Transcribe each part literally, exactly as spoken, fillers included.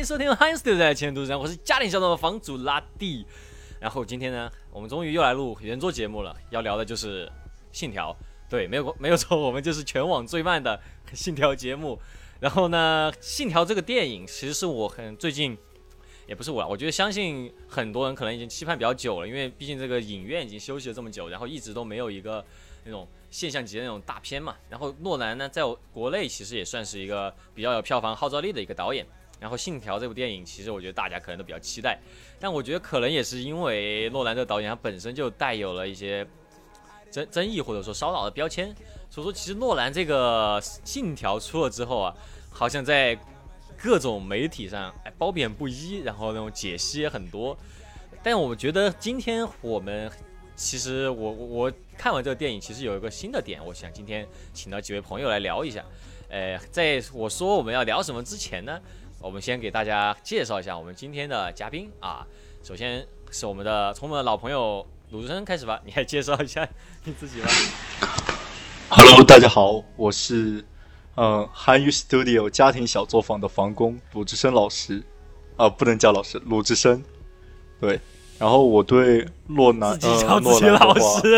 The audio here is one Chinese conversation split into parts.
收听 Heinz 在前途上，我是家庭小众的房主拉蒂。然后今天呢，我们终于又来录圆桌节目了，要聊的就是《信条》。对，没有没有错，我们就是全网最慢的《信条》节目。然后呢，《信条》这个电影其实是我很最近，也不是我啦，我觉得相信很多人可能已经期盼比较久了，因为毕竟这个影院已经休息了这么久，然后一直都没有一个那种现象级的那种大片嘛。然后诺兰呢，在国内其实也算是一个比较有票房号召力的一个导演。然后《信条》这部电影，其实我觉得大家可能都比较期待，但我觉得可能也是因为诺兰这个导演他本身就带有了一些争争议或者说烧脑的标签，所以说其实诺兰这个《信条》出了之后啊，好像在各种媒体上哎褒贬不一，然后那种解析也很多。但我觉得今天我们其实我我看完这个电影，其实有一个新的点，我想今天请到几位朋友来聊一下。呃，在我说我们要聊什么之前呢，我们先给大家介绍一下我们今天的嘉宾啊。首先是我们的从我们的老朋友鲁智深开始吧，你来介绍一下你自己吧。 Hello， 大家好，我是呃韩语 Studio 家庭小作坊的房工鲁智深老师，啊、呃，不能叫老师，鲁智深。对，然后我对诺兰自己叫自己老师。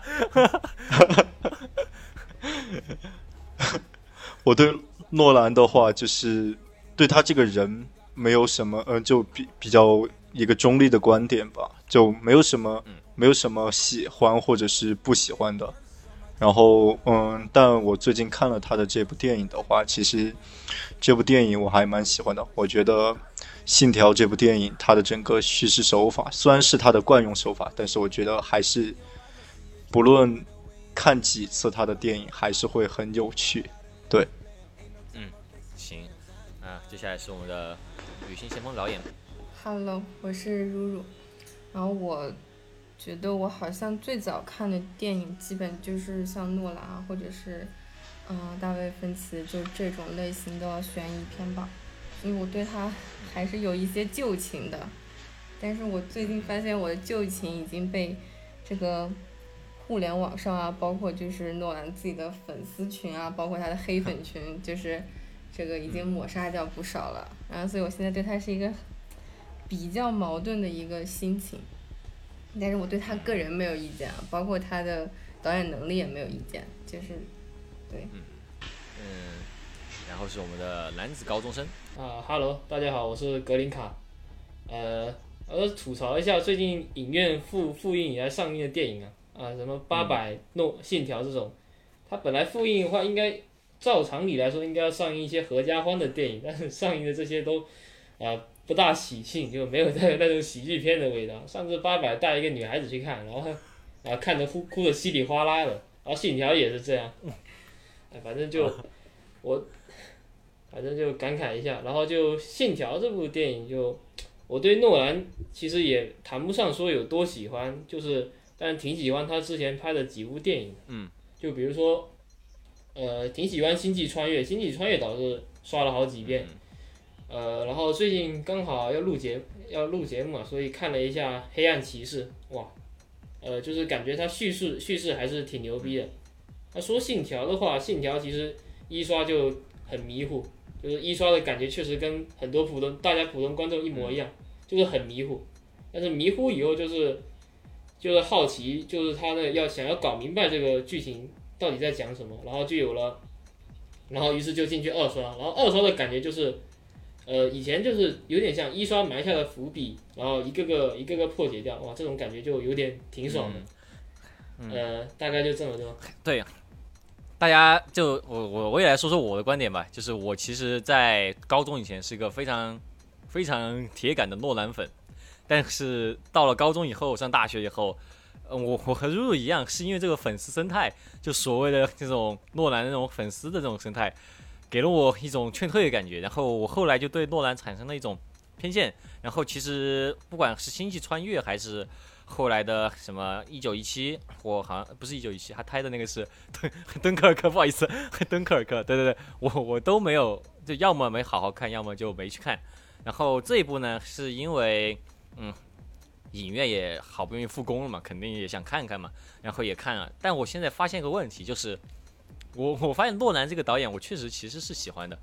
我对诺兰的话，就是对他这个人没有什么，嗯、呃，就比比较一个中立的观点吧，就没有什么，没有什么喜欢或者是不喜欢的。然后，嗯，但我最近看了他的这部电影的话，其实这部电影我还蛮喜欢的。我觉得《信条》这部电影，它的整个叙事手法虽然是它的惯用手法，但是我觉得还是不论看几次他的电影，还是会很有趣。对， 嗯，行，啊，接下来是我们的女性先锋导演。 Hello， 我是如如，然后我觉得我好像最早看的电影基本就是像诺兰啊，或者是嗯、呃、大卫芬奇，就这种类型的悬疑片吧，所以我对他还是有一些旧情的。但是我最近发现我的旧情已经被这个互联网上啊，包括就是诺兰自己的粉丝群啊，包括他的黑粉群，就是这个已经抹杀掉不少了。然后所以我现在对他是一个比较矛盾的一个心情，但是我对他个人没有意见啊，包括他的导演能力也没有意见，就是对。 嗯嗯，然后是我们的男子高中生啊哈喽，大家好，我是格林卡。呃，我吐槽一下最近影院复复映以来上映的电影啊。啊，什么八百诺信条这种，它本来复映的话，应该照常理来说应该要上映一些合家欢的电影，但是上映的这些都啊、呃、不大喜庆，就没有那那种喜剧片的味道。上次八百带一个女孩子去看，然后啊看得哭哭得稀里哗啦的，然后信条也是这样，哎，反正就我反正就感慨一下，然后就信条这部电影就我对诺兰其实也谈不上说有多喜欢，就是。但挺喜欢他之前拍的几部电影， 嗯， 就比如说，呃，挺喜欢《星际穿越》，《星际穿越》导致刷了好几遍，嗯、呃，然后最近刚好要录节要录节目嘛，所以看了一下《黑暗骑士》，哇，呃，就是感觉他叙事叙事还是挺牛逼的。他说《信条》的话，《信条》其实一刷就很迷糊，就是一刷的感觉确实跟很多普通大家普通观众一模一样，就是很迷糊，但是迷糊以后就是。就是好奇，就是他呢要想要搞明白这个剧情到底在讲什么，然后就有了，然后于是就进去二刷，然后二刷的感觉就是，呃，以前就是有点像一刷埋下的伏笔，然后一个个一个个破解掉，哇，这种感觉就有点挺爽的，嗯嗯、呃，大概就这么多。 对，大家就我我我也来说说我的观点吧，就是我其实，在高中以前是一个非常非常铁杆的诺兰粉。但是到了高中以后，上大学以后，呃、我我和露露一样，是因为这个粉丝生态，就所谓的这种诺兰那种粉丝的这种生态，给了我一种劝退的感觉。然后我后来就对诺兰产生了一种偏见。然后其实不管是《星际穿越》还是后来的什么一九一七，我好像不是一九一七，他拍的那个是敦敦刻尔克，不好意思，敦刻尔克，对对对，我我都没有，就要么没好好看，要么就没去看。然后这一部呢，是因为。嗯，影院也好不容易复工了嘛，肯定也想看看嘛，然后也看了。但我现在发现一个问题，就是我我发现诺兰这个导演，我确实其实是喜欢的，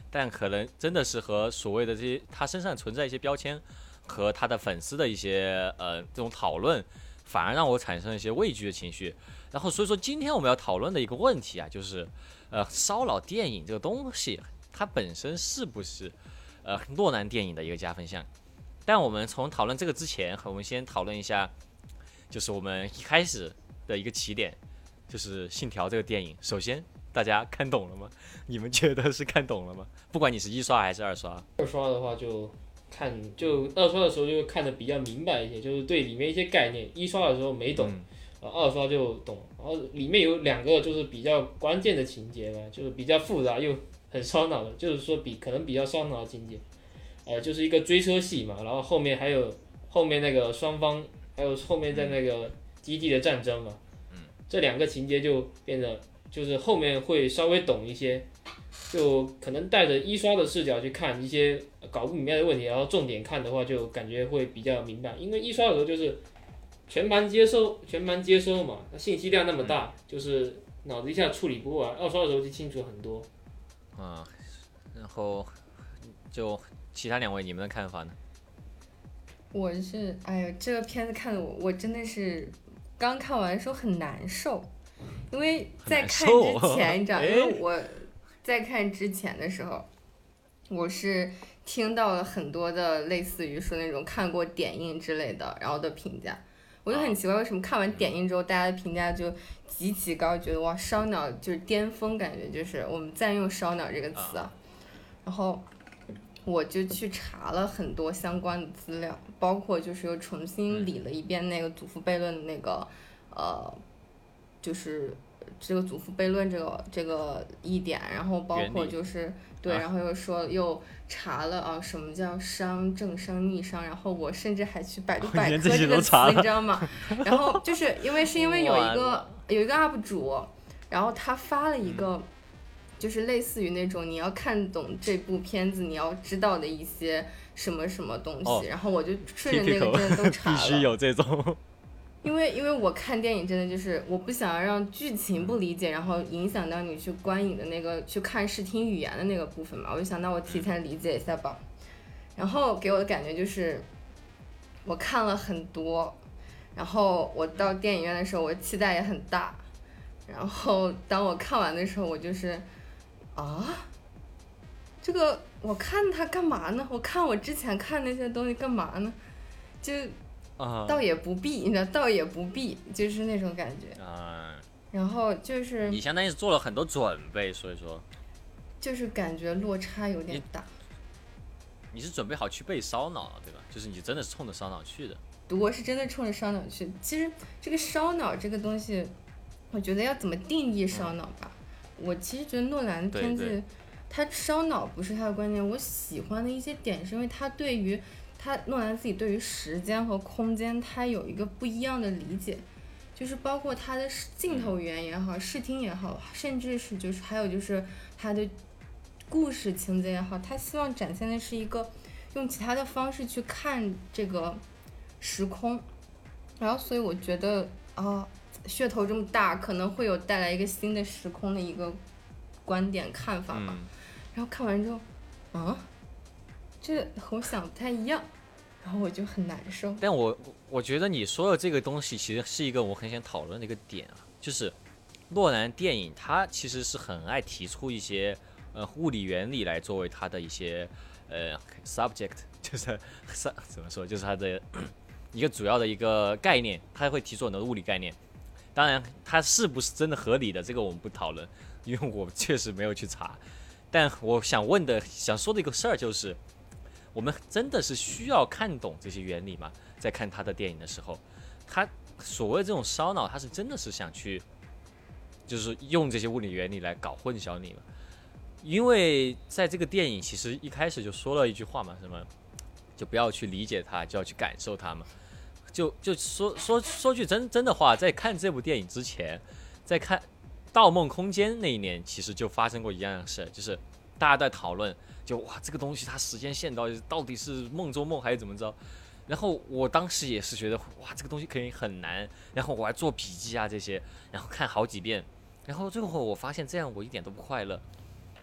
但可能真的是和所谓的这些他身上存在一些标签和他的粉丝的一些呃这种讨论，反而让我产生了一些畏惧的情绪。然后所以说今天我们要讨论的一个问题啊，就是呃烧脑电影这个东西它本身是不是呃诺兰电影的一个加分项。但我们从讨论这个之前，我们先讨论一下，就是我们一开始的一个起点，就是《信条》这个电影。首先，大家看懂了吗？你们觉得是看懂了吗？不管你是一刷还是二刷。 二刷的话就看，就二刷的时候就看得比较明白一些，就是对里面一些概念，一刷的时候没懂， 嗯、 然后二刷就懂。然后里面有两个就是比较关键的情节吧，就是比较复杂又很烧脑的，就是说比可能比较烧脑的情节。呃，就是一个追车戏嘛，然后后面还有后面那个双方，还有后面在那个基地的战争嘛，嗯，这两个情节就变得就是后面会稍微懂一些，就可能带着一刷的视角去看一些搞不明白的问题，然后重点看的话就感觉会比较明白，因为一刷的时候就是全盘接收，全盘接收嘛，信息量那么大，就是脑子一下处理不过来，二刷的时候就清楚很多。 啊，然后就。其他两位，你们的看法呢？ 我是，哎呀，这个片子看的我，我真的是刚看完的时候很难受，因为在看之前，你知道，因为我在看之前的时候，我是听到了很多的类似于说那种看过点映之类的，然后的评价，我就很奇怪，为什么看完点映之后，大家的评价就极其高，觉得哇，烧脑就是巅峰，感觉就是我们再用烧脑这个词啊，然后。我就去查了很多相关的资料，包括就是又重新理了一遍那个祖父悖论的那个，呃，就是这个祖父悖论这个这个一点，然后包括就是对，然后又说又查了啊什么叫熵、正熵、逆熵，然后我甚至还去百度百科这个词，你知道吗？然后就是因为是因为有一个有一个 U P 主，然后他发了一个。嗯就是类似于那种你要看懂这部片子你要知道的一些什么什么东西，哦、然后我就顺着那个真的都查了。 必须有这种。 因为因为我看电影真的就是我不想让剧情不理解，然后影响到你去观影的那个去看视听语言的那个部分嘛，我就想到我提前理解一下吧。然后给我的感觉就是我看了很多，然后我到电影院的时候我期待也很大，然后当我看完的时候我就是。啊，这个我看它干嘛呢？我看我之前看那些东西干嘛呢？就，倒也不必，你知道，倒也不必，就是那种感觉。啊。然后就是。 你相当于是做了很多准备，所以说。 就是感觉落差有点大。 你, 你是准备好去被烧脑了，对吧？就是你真的是冲着烧脑去的。 我是真的冲着烧脑去。其实这个烧脑这个东西，我觉得要怎么定义烧脑吧。嗯我其实觉得诺兰的片子，他烧脑不是他的关键。我喜欢的一些点是因为他对于他诺兰自己对于时间和空间，他有一个不一样的理解，就是包括他的镜头语言也好，视听也好，甚至是就是还有就是他的故事情节也好，他希望展现的是一个用其他的方式去看这个时空，然后所以我觉得啊。哦噱头这么大，可能会有带来一个新的时空的一个观点看法吧。嗯、然后看完之后，啊，这和我想不太一样，然后我就很难受。 但我我觉得你说的这个东西其实是一个我很想讨论的一个点啊，就是诺兰电影它其实是很爱提出一些呃物理原理来作为它的一些呃 subject， 就是怎么说，就是它的一个主要的一个概念，它会提出很多物理概念。当然，它是不是真的合理的，这个我们不讨论，因为我确实没有去查。但我想问的、想说的一个事儿就是，我们真的是需要看懂这些原理吗？在看他的电影的时候，他所谓这种烧脑，他是真的是想去，就是用这些物理原理来搞混淆你吗？因为在这个电影其实一开始就说了一句话嘛，什么就不要去理解它，就要去感受它嘛。就就说说说句真真的话，在看这部电影之前，在看《盗梦空间》那一年，其实就发生过一样的事，就是大家在讨论，就哇这个东西它时间线到底到底是梦中梦还是怎么着？然后我当时也是觉得哇这个东西肯定很难，然后我还做笔记啊这些，然后看好几遍，然后最后我发现这样我一点都不快乐。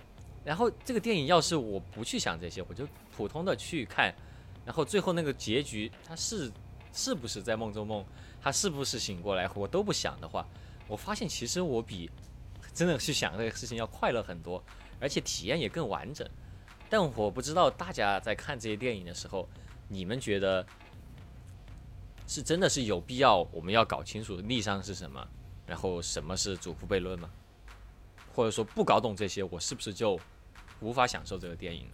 然后这个电影要是我不去想这些，我就普通的去看，然后最后那个结局，他是是不是在梦中梦，他是不是醒过来，我都不想的话，我发现其实我比真的去想这个事情要快乐很多，而且体验也更完整。但我不知道大家在看这些电影的时候，你们觉得是真的是有必要我们要搞清楚逆商是什么，然后什么是祖父悖论吗？或者说不搞懂这些，我是不是就无法享受这个电影呢？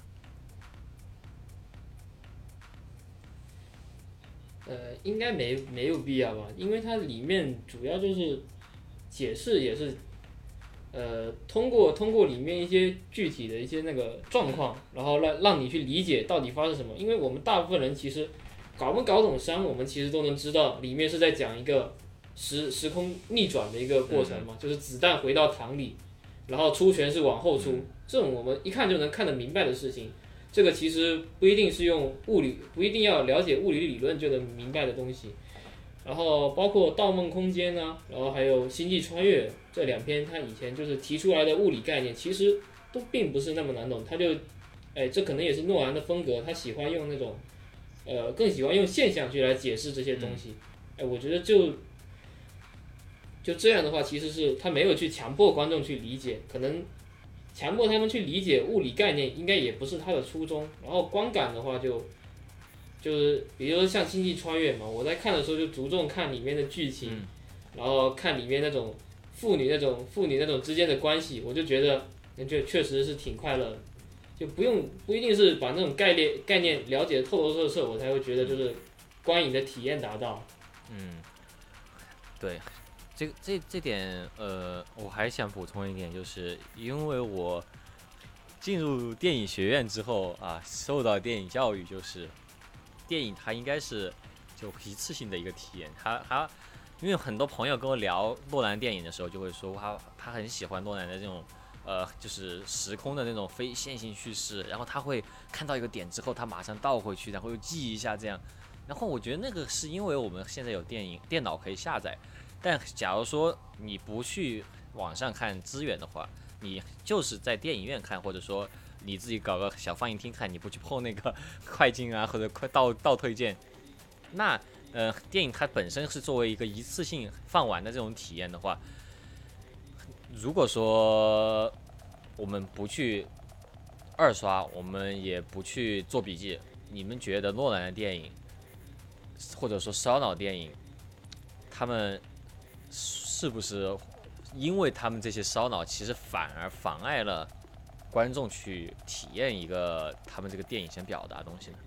呃，应该没没有必要吧，因为它里面主要就是解释也是，呃，通过通过里面一些具体的一些那个状况，然后让让你去理解到底发生什么。因为我们大部分人其实搞不搞懂商，我们其实都能知道里面是在讲一个时时空逆转的一个过程嘛，就是子弹回到膛里，然后出拳是往后出，这种我们一看就能看得明白的事情。这个其实不一定是用物理，不一定要了解物理理论就能明白的东西。然后包括《盗梦空间》啊，然后还有《星际穿越》这两篇，它以前就是提出来的物理概念，其实都并不是那么难懂。他就，哎，这可能也是诺兰的风格，他喜欢用那种，呃，更喜欢用现象去来解释这些东西。哎，我觉得就就这样的话，其实是他没有去强迫观众去理解，可能。强迫他们去理解物理概念，应该也不是他的初衷。然后观感的话就，就是比如说像《星际穿越》嘛，我在看的时候就着重看里面的剧情， 嗯、 然后看里面那种父女那种父女那种之间的关系，我就觉得，就确实是挺快乐的，就不用不一定是把那种概念概念了解的透透彻彻，我才会觉得就是观影的体验达到。 嗯，对。这这这点，呃，我还想补充一点，就是因为我进入电影学院之后啊，受到电影教育，就是电影它应该是就一次性的一个体验。他他，因为很多朋友跟我聊诺兰电影的时候，就会说他他很喜欢诺兰的这种呃，就是时空的那种非线性叙事，然后他会看到一个点之后，他马上倒回去，然后又记一下这样。然后我觉得那个是因为我们现在有电影电脑可以下载。但假如说你不去网上看资源的话，你就是在电影院看，或者说你自己搞个小放映厅看，你不去碰那个快进啊或者快倒倒退键，那呃电影它本身是作为一个一次性放完的这种体验的话，如果说我们不去二刷，我们也不去做笔记，你们觉得诺兰的电影或者说烧脑电影，他们是不是因为他们这些烧脑，其实反而妨碍了观众去体验一个他们这个电影想表达的东西呢？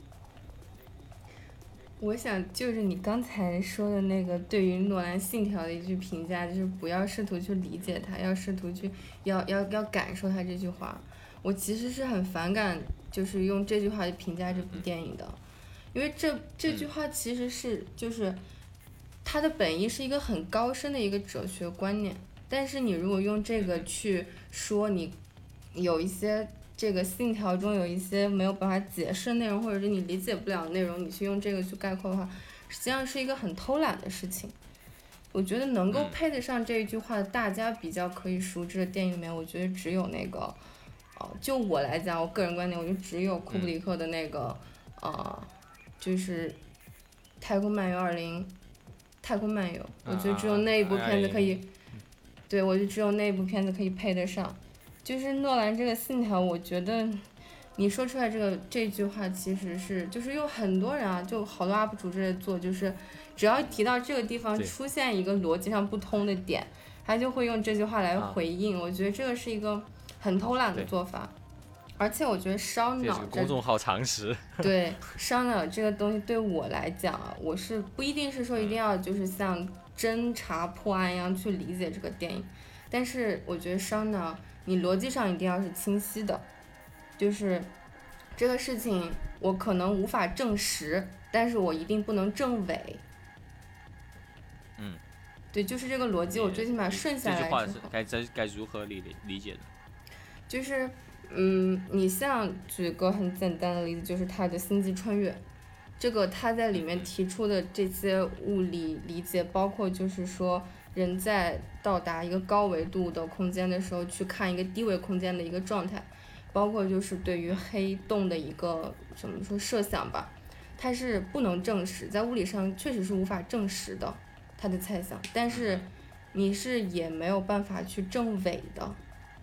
我想就是你刚才说的那个对于诺兰信条的一句评价，就是不要试图去理解它，要试图去要要要感受它这句话。我其实是很反感就是用这句话去评价这部电影的，因为这这句话其实是就是它的本意是一个很高深的一个哲学观念，但是你如果用这个去说你有一些这个信条中有一些没有办法解释的内容，或者是你理解不了的内容，你去用这个去概括的话，实际上是一个很偷懒的事情。我觉得能够配得上这一句话的大家比较可以熟知的电影里面，我觉得只有那个呃，就我来讲，我个人观点，我就只有库布里克的那个呃，就是《太空漫游二零》太空漫游，我觉得只有那一部片子可以，对，我就只有那一部片子可以配得上。就是诺兰这个信条，我觉得你说出来这个这句话，其实是就是有很多人啊，就好多 U P 主这在做，就是只要提到这个地方出现一个逻辑上不通的点，他就会用这句话来回应。我觉得这个是一个很偷懒的做法，而且我觉得烧脑， 这是公众号常识。 对，烧脑这个东西对我来讲啊，我是不一定是说一定要就是像侦查破案一样去理解这个电影，但是我觉得烧脑，你逻辑上一定要是清晰的，就是这个事情我可能无法证实，但是我一定不能证伪。 嗯， 对，就是这个逻辑，我最起码顺下来之后。 这句话是该该如何理理解的？ 就是，嗯，你像举个很简单的例子，就是他的《星际穿越》，这个他在里面提出的这些物理理解，包括就是说人在到达一个高维度的空间的时候，去看一个低维空间的一个状态。 包括就是对于黑洞的一个怎么说设想吧，它是不能证实，在物理上确实是无法证实的，它的猜想，但是你是也没有办法去证伪的。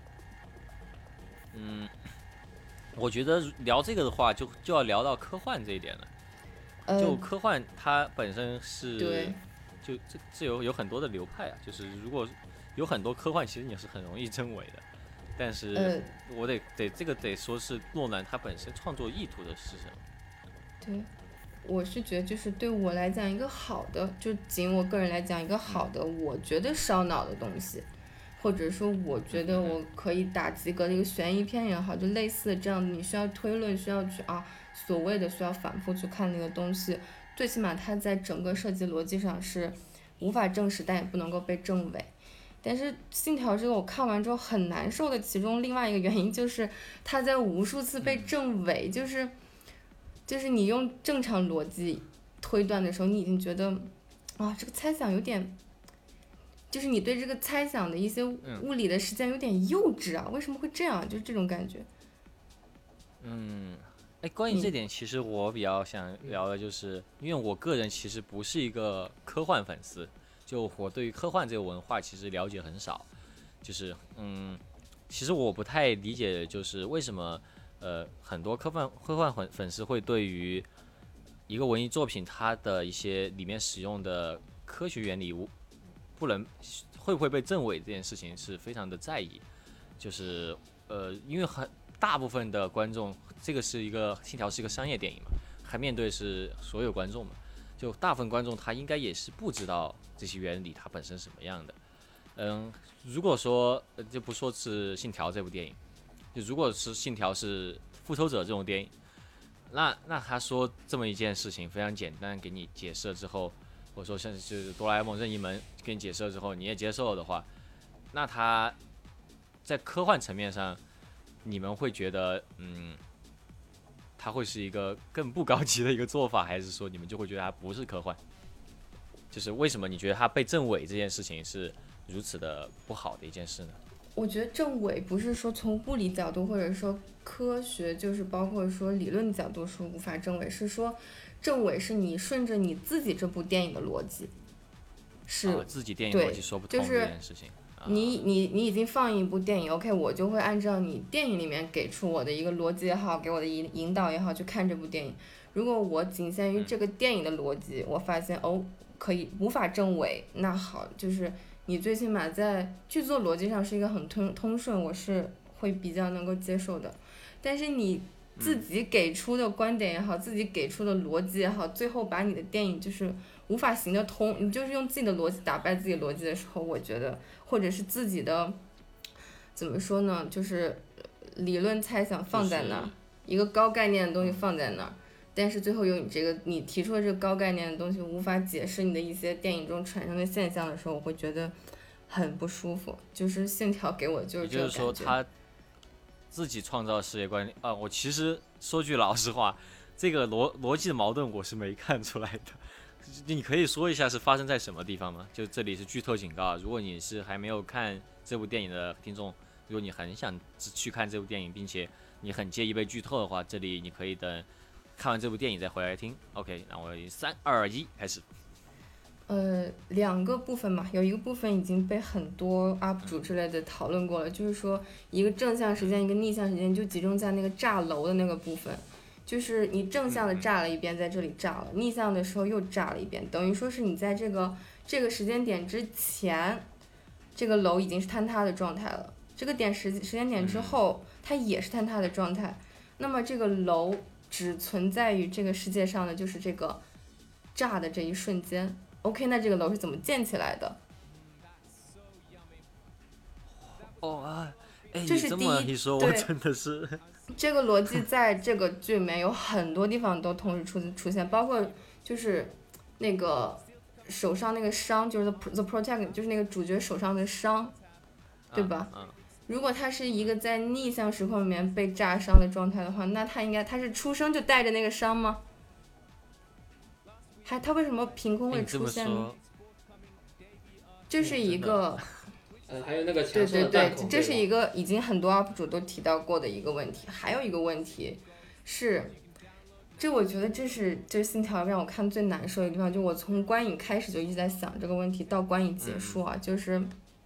嗯，我觉得聊这个的话就，就要聊到科幻这一点了。 呃、 就科幻它本身是， 对， 就这这有有很多的流派啊，就是如果有很多科幻，其实你是很容易证伪的。但是呃， 我得得这个得说是诺兰他本身创作意图的是什么。 对，我是觉得就是对我来讲一个好的，就仅我个人来讲一个好的，嗯、我觉得烧脑的东西，或者说我觉得我可以打及格的一个悬疑片也好，就类似这样，你需要推论，需要去啊所谓的需要反复去看那个东西，最起码它在整个设计逻辑上是无法证实，但也不能够被证伪。但是信条这个我看完之后很难受的其中另外一个原因就是它在无数次被证伪，就是就是你用正常逻辑推断的时候，你已经觉得啊这个猜想有点，就是你对这个猜想的一些物理的实践有点幼稚啊，为什么会这样，就是这种感觉。 嗯，哎，关于这点其实我比较想聊的就是，因为我个人其实不是一个科幻粉丝，就我对于科幻这个文化其实了解很少，就是嗯，其实我不太理解，就是为什么呃很多科幻科幻粉粉丝会对于一个文艺作品它的一些里面使用的科学原理不能会不会被证伪这件事情是非常的在意，就是呃因为很大部分的观众，这个是一个信条是一个商业电影嘛，还面对是所有观众嘛，就大部分观众他应该也是不知道这些原理它本身是什么样的。嗯，如果说就不说是信条这部电影，就如果是信条是复仇者这种电影，那那他说这么一件事情非常简单给你解释了之后，或者说像是哆啦 A 梦任意门给你解释了之后你也接受了的话，那他在科幻层面上你们会觉得嗯它会是一个更不高级的一个做法，还是说你们就会觉得它不是科幻？就是为什么你觉得它被证伪这件事情是如此的不好的一件事呢？ 我觉得证伪不是说从物理角度或者说科学，就是包括说理论角度说无法证伪，是说证伪是你顺着你自己这部电影的逻辑，是、 啊、自己电影逻辑说不通这件事情。就是你你你已经放一部电影 ，OK， 我就会按照你电影里面给出我的一个逻辑也好，给我的引引导也好去看这部电影。如果我仅限于这个电影的逻辑，我发现哦可以无法证伪，那好，就是你最起码在剧作逻辑上是一个很通通顺，我是会比较能够接受的。但是你自己给出的观点也好，自己给出的逻辑也好，最后把你的电影就是无法行得通，你就是用自己的逻辑打败自己的逻辑的时候，我觉得或者是自己的怎么说呢，就是理论猜想放在那儿、就是、一个高概念的东西放在那儿，但是最后有你这个你提出的这个高概念的东西无法解释你的一些电影中产生的现象的时候，我会觉得很不舒服。就是信条给我就是这个感觉， 也就是说他自己创造世界观啊。我其实说句老实话，这个逻逻辑的矛盾我是没看出来的。你可以说一下是发生在什么地方吗？就这里是剧透警告，如果你是还没有看这部电影的听众，如果你很想去看这部电影，并且你很介意被剧透的话，这里你可以等看完这部电影再回来听。 OK， 那我三二一开始。 呃，两个部分嘛，有一个部分已经被很多 U P 主之类的讨论过了，就是说一个正向时间一个逆向时间就集中在那个炸楼的那个部分，就是你正向的炸了一遍，在这里炸了，逆向的时候又炸了一遍，等于说是你在这个这个时间点之前，这个楼已经是坍塌的状态了，这个点时时间点之后它也是坍塌的状态，那么这个楼只存在于这个世界上的就是这个炸的这一瞬间。OK， 那这个楼是怎么建起来的？ 哦啊，哎， 这是第一， 你这么一说，我真的是。 这个逻辑在这个剧里面有很多地方都同时出出现，包括就是那个手上那个伤，就是 the protect， 就是那个主角手上的伤，对吧？ 啊啊、 如果他是一个在逆向时空里面被炸伤的状态的话，那他应该他是出生就带着那个伤吗？还他为什么凭空会出现呢？这是一个， 呃，还有那个对强顺对对的弹孔， 这是对吧一个已经很多 U P 主都提到过的一个问题。还有一个问题是，这我觉得这是就是信条让我看最难受的地方，就我从观影开始就一直在想这个问题，到观影结束啊，就是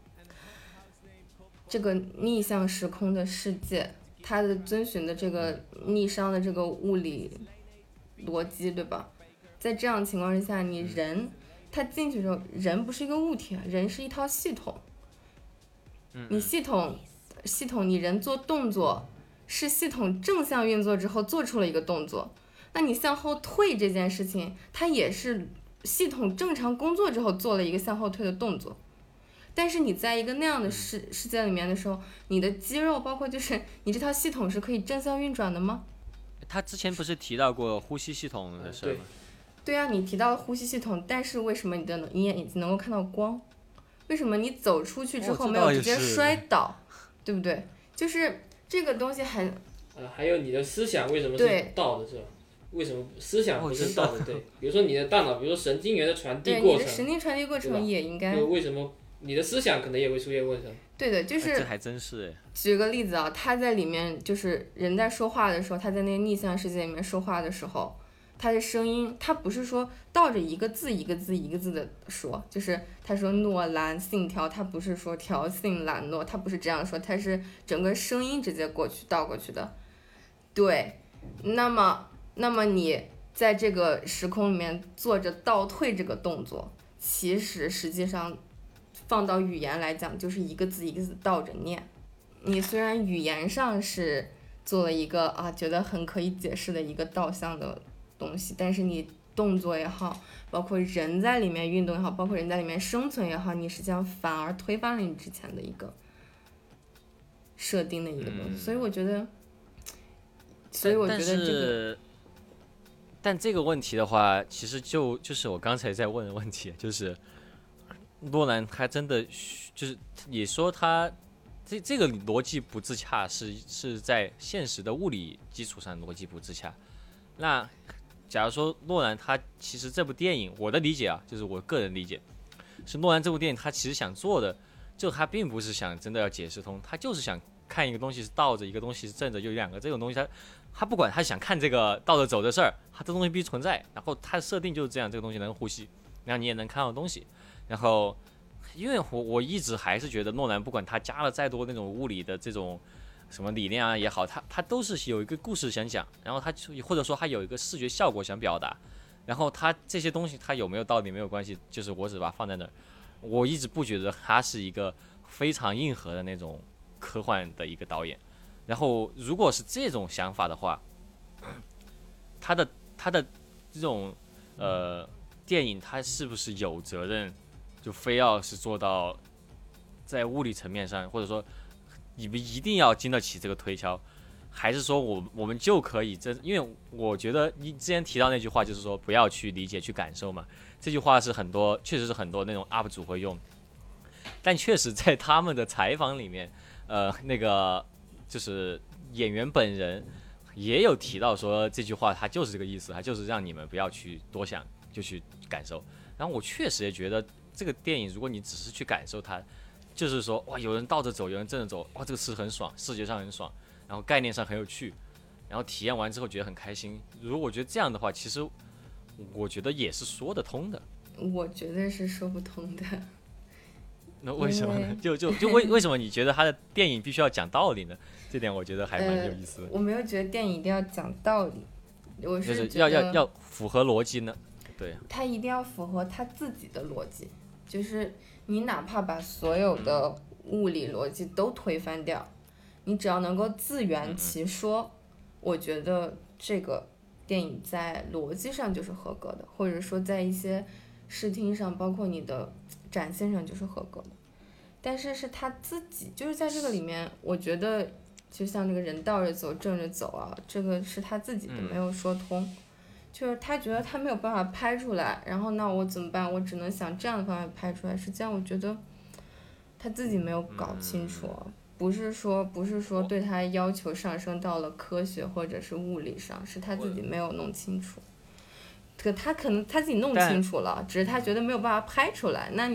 这个逆向时空的世界，它的遵循的这个逆熵的这个物理逻辑，对吧？在这样的情况之下，你人他进去的时候，人不是一个物体，人是一套系统。你系统系统你人做动作是系统正向运作之后做出了一个动作，那你向后退这件事情，它也是系统正常工作之后做了一个向后退的动作。但是你在一个那样的世世界里面的时候，你的肌肉包括就是你这套系统是可以正向运转的吗？ 他之前不是提到过呼吸系统的事吗？ 对啊，你提到了呼吸系统，但是为什么你的你眼睛能够看到光？为什么你走出去之后没有直接摔倒，对不对？就是这个东西很， 呃，还有你的思想为什么是倒的，是吧？为什么思想不是倒的？对，比如说你的大脑，比如说神经元的传递过程， 对，你的神经传递过程也应该， 为什么你的思想可能也会出现问题？ 对的，就是、 哎、这还真是哎。 举个例子啊，他在里面就是人在说话的时候，他在那个逆向世界里面说话的时候。他的声音，他不是说倒着一个字一个字一个字的说，就是他说诺兰信条，他不是说条信兰诺，他不是这样说，他是整个声音直接过去倒过去的。对，那么那么你在这个时空里面做着倒退这个动作，其实实际上放到语言来讲，就是一个字一个字倒着念。你虽然语言上是做了一个啊觉得很可以解释的一个倒向的东西，但是你动作也好，包括人在里面运动也好，包括人在里面生存也好，你实际上反而推翻了你之前的一个设定的一个东西、嗯、所以我觉得所以我觉得这个但这个问题的话，其实就就是我刚才在问的问题，就是诺兰他真的就是也说他这这个逻辑不自洽，是是在现实的物理基础上逻辑不自洽。那假如说诺兰他其实这部电影，我的理解啊，就是我个人理解，是诺兰这部电影他其实想做的，就他并不是想真的要解释通，他就是想看一个东西是倒着，一个东西是正着，有两个这种东西他他不管他想看这个倒着走的事儿，他这东西必须存在，然后他的设定就是这样，这个东西能呼吸，然后你也能看到东西，然后因为我我一直还是觉得诺兰不管他加了再多那种物理的这种什么理念啊也好，他他都是有一个故事想讲，然后他或者说他有一个视觉效果想表达，然后他这些东西他有没有道理没有关系，就是我只把它放在那儿。我一直不觉得他是一个非常硬核的那种科幻的一个导演。然后如果是这种想法的话，他的他的这种呃电影，他是不是有责任就非要是做到在物理层面上，或者说你们一定要经得起这个推敲，还是说我我们就可以这？因为我觉得你之前提到那句话，就是说不要去理解去感受嘛。这句话是很多，确实是很多那种 U P 主会用，但确实在他们的采访里面，呃，那个就是演员本人也有提到说这句话，他就是这个意思，他就是让你们不要去多想，就去感受。然后我确实也觉得这个电影，如果你只是去感受它，就是说哇，有人倒着走，有人正着走，哇，这个是很爽，视觉上很爽，然后概念上很有趣，然后体验完之后觉得很开心。如果我觉得这样的话，其实我觉得也是说得通的。 我觉得是说不通的。 那为什么呢？就就就为为什么你觉得他的电影必须要讲道理呢？这点我觉得还蛮有意思的。 呃、我没有觉得电影一定要讲道理，我是觉得、就是、要要要符合逻辑呢。对， 他一定要符合他自己的逻辑，就是你哪怕把所有的物理逻辑都推翻掉，你只要能够自圆其说，嗯嗯我觉得这个电影在逻辑上就是合格的，或者说在一些视听上，包括你的展现上就是合格的。但是是他自己，就是在这个里面，我觉得就像这个人倒着走正着走啊，这个是他自己的没有说通。嗯，就是他觉得他没有办法拍出来，然后那我怎么办？我只能想这样的方法拍出来。实际上，我觉得他自己没有搞清楚，不是说不是说对他要求上升到了科学或者是物理上，是他自己没有弄清楚。可他可能他自己弄清楚了，只是他觉得没有办法拍出来。那你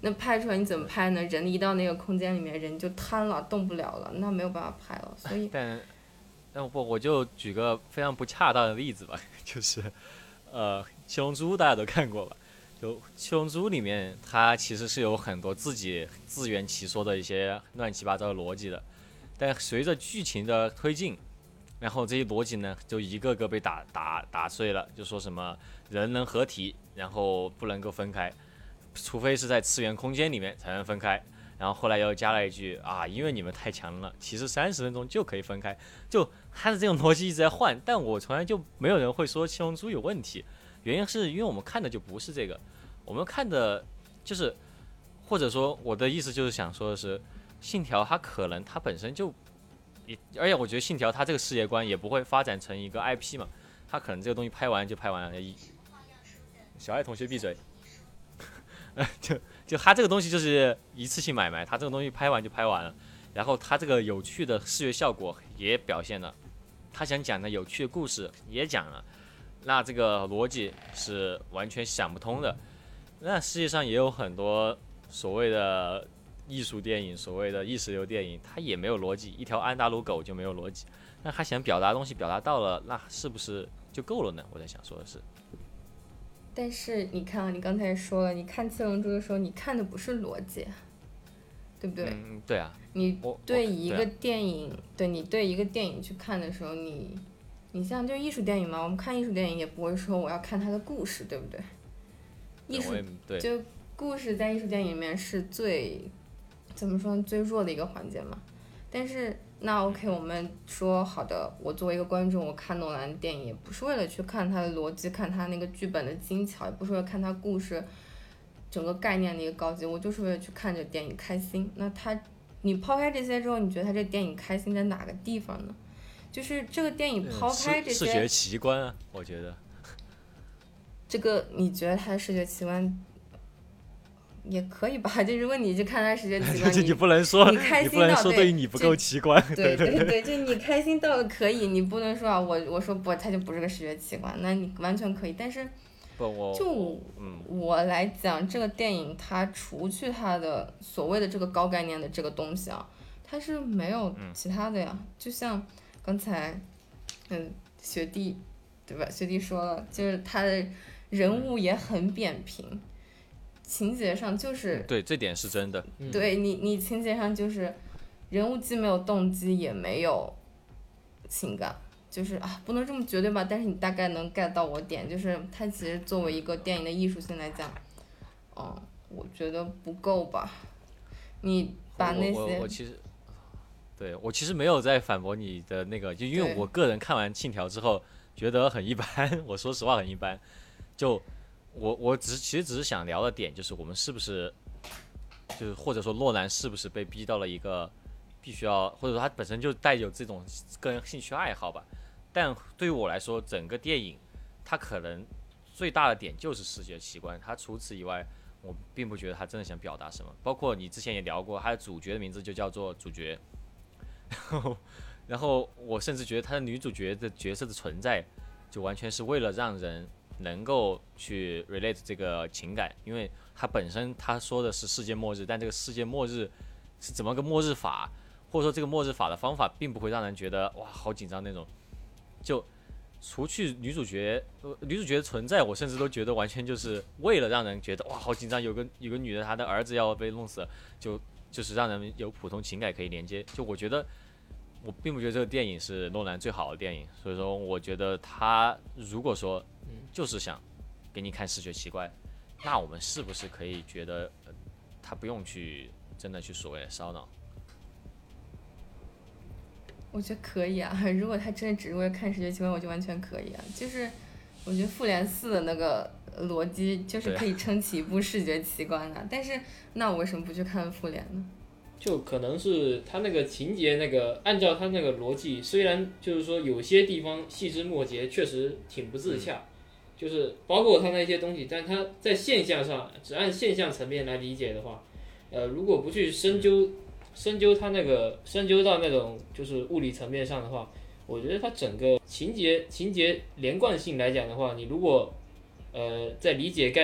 那拍出来你怎么拍呢？人一到那个空间里面，人就瘫了，动不了了，那没有办法拍了。所以， 但但不，我就举个非常不恰当的例子吧，就是呃，七龙珠大家都看过吧？就七龙珠里面，它其实是有很多自己自圆其说的一些乱七八糟的逻辑的，但随着剧情的推进，然后这些逻辑呢，就一个个被打打打碎了，就说什么人能合体，然后不能够分开，除非是在次元空间里面才能分开。然后后来又加了一句啊，因为你们太强了，其实三十分钟就可以分开。就他的这种逻辑一直在换，但我从来就没有人会说七龙珠有问题，原因是因为我们看的就不是这个，我们看的就是，或者说我的意思就是想说的是，信条它可能它本身就，而且我觉得信条它这个世界观也不会发展成一个 I P 嘛，它可能这个东西拍完就拍完了。小爱同学闭嘴。就就他这个东西就是一次性买卖，他这个东西拍完就拍完了，然后他这个有趣的视觉效果也表现了，他想讲的有趣的故事也讲了，那这个逻辑是完全想不通的。那世界上也有很多所谓的艺术电影，所谓的意识流电影，它也没有逻辑，一条安达鲁狗就没有逻辑。那他想表达的东西表达到了，那是不是就够了呢？我在想说的是。 但是你看啊，你刚才也说了，你看七龙珠的时候，你看的不是逻辑，对不对？ 嗯，对啊。 你对一个对电影，对你对一个电影去看的时候，你，你像就艺术电影嘛，我们看艺术电影也不会说我要看它的故事，对不对？艺术就故事在艺术电影里面是最，怎么说呢，最弱的一个环节嘛。但是那 OK， 我们说好的，我作为一个观众，我看诺兰的电影也不是为了去看他的逻辑，看他那个剧本的精巧，也不是为了看他故事整个概念的一个高级，我就是为了去看这个电影开心。那他，你抛开这些之后，你觉得他这电影开心在哪个地方呢？就是这个电影抛开这些、 嗯、视觉奇观啊，我觉得。 这个你觉得他的视觉奇观？也可以吧，就如果你去看他视觉奇观， 你你不能说你开心到你不能说对于你不够奇观， 对对对对，就你开心到了可以，你不能说啊，我我说不，他就不是个视觉奇观，那你完全可以。但是， 不我就嗯我来讲，这个电影它除去它的所谓的这个高概念的这个东西啊，它是没有其他的呀。 嗯、 就像刚才，嗯，学弟，对吧？学弟说了，就是他的人物也很扁平。嗯情节上就是、 嗯、对，这点是真的。 对你，你情节上就是人物既没有动机，也没有情感，就是啊，不能这么绝对吧？但是你大概能 get 到我点，就是它其实作为一个电影的艺术性来讲，嗯，我觉得不够吧。你把那些我我我其实，对我其实没有在反驳你的那个，就因为我个人看完《信条》之后觉得很一般，我说实话很一般，就。我我只是其实只是想聊的点就是我们是不是，就是或者说诺兰是不是被逼到了一个必须要，或者说他本身就带有这种个人兴趣爱好吧。但对于我来说，整个电影它可能最大的点就是视觉奇观，它除此以外，我并不觉得他真的想表达什么。包括你之前也聊过，他的主角的名字就叫做主角，然后然后我甚至觉得他的女主角的角色的存在，就完全是为了让人能够去 relate 这个情感，因为它本身他说的是世界末日，但这个世界末日是怎么个末日法，或者说这个末日法的方法并不会让人觉得哇好紧张那种。就除去女主角，呃、女主角的存在，我甚至都觉得完全就是为了让人觉得哇好紧张，有个有个女的她的儿子要被弄死了，就就是让人有普通情感可以连接。就我觉得。我并不觉得这个电影是诺兰最好的电影，所以说我觉得他如果说就是想给你看视觉奇观，那我们是不是可以觉得、呃、他不用去真的去所谓的烧脑？ 我觉得可以啊，如果他真的只是为了看视觉奇观，我就完全可以啊。就是我觉得复联四的那个逻辑就是可以撑起一部视觉奇观啊，但是那我为什么不去看复联呢？ 就可能是他那个情节那个，按照他那个逻辑，虽然就是说有些地方细枝末节确实挺不自洽，就是包括他那些东西，但他在现象上，只按现象层面来理解的话，呃，如果不去深究深究他那个深究到那种就是物理层面上的话，我觉得他整个情节情节连贯性来讲的话，你如果呃在理解概念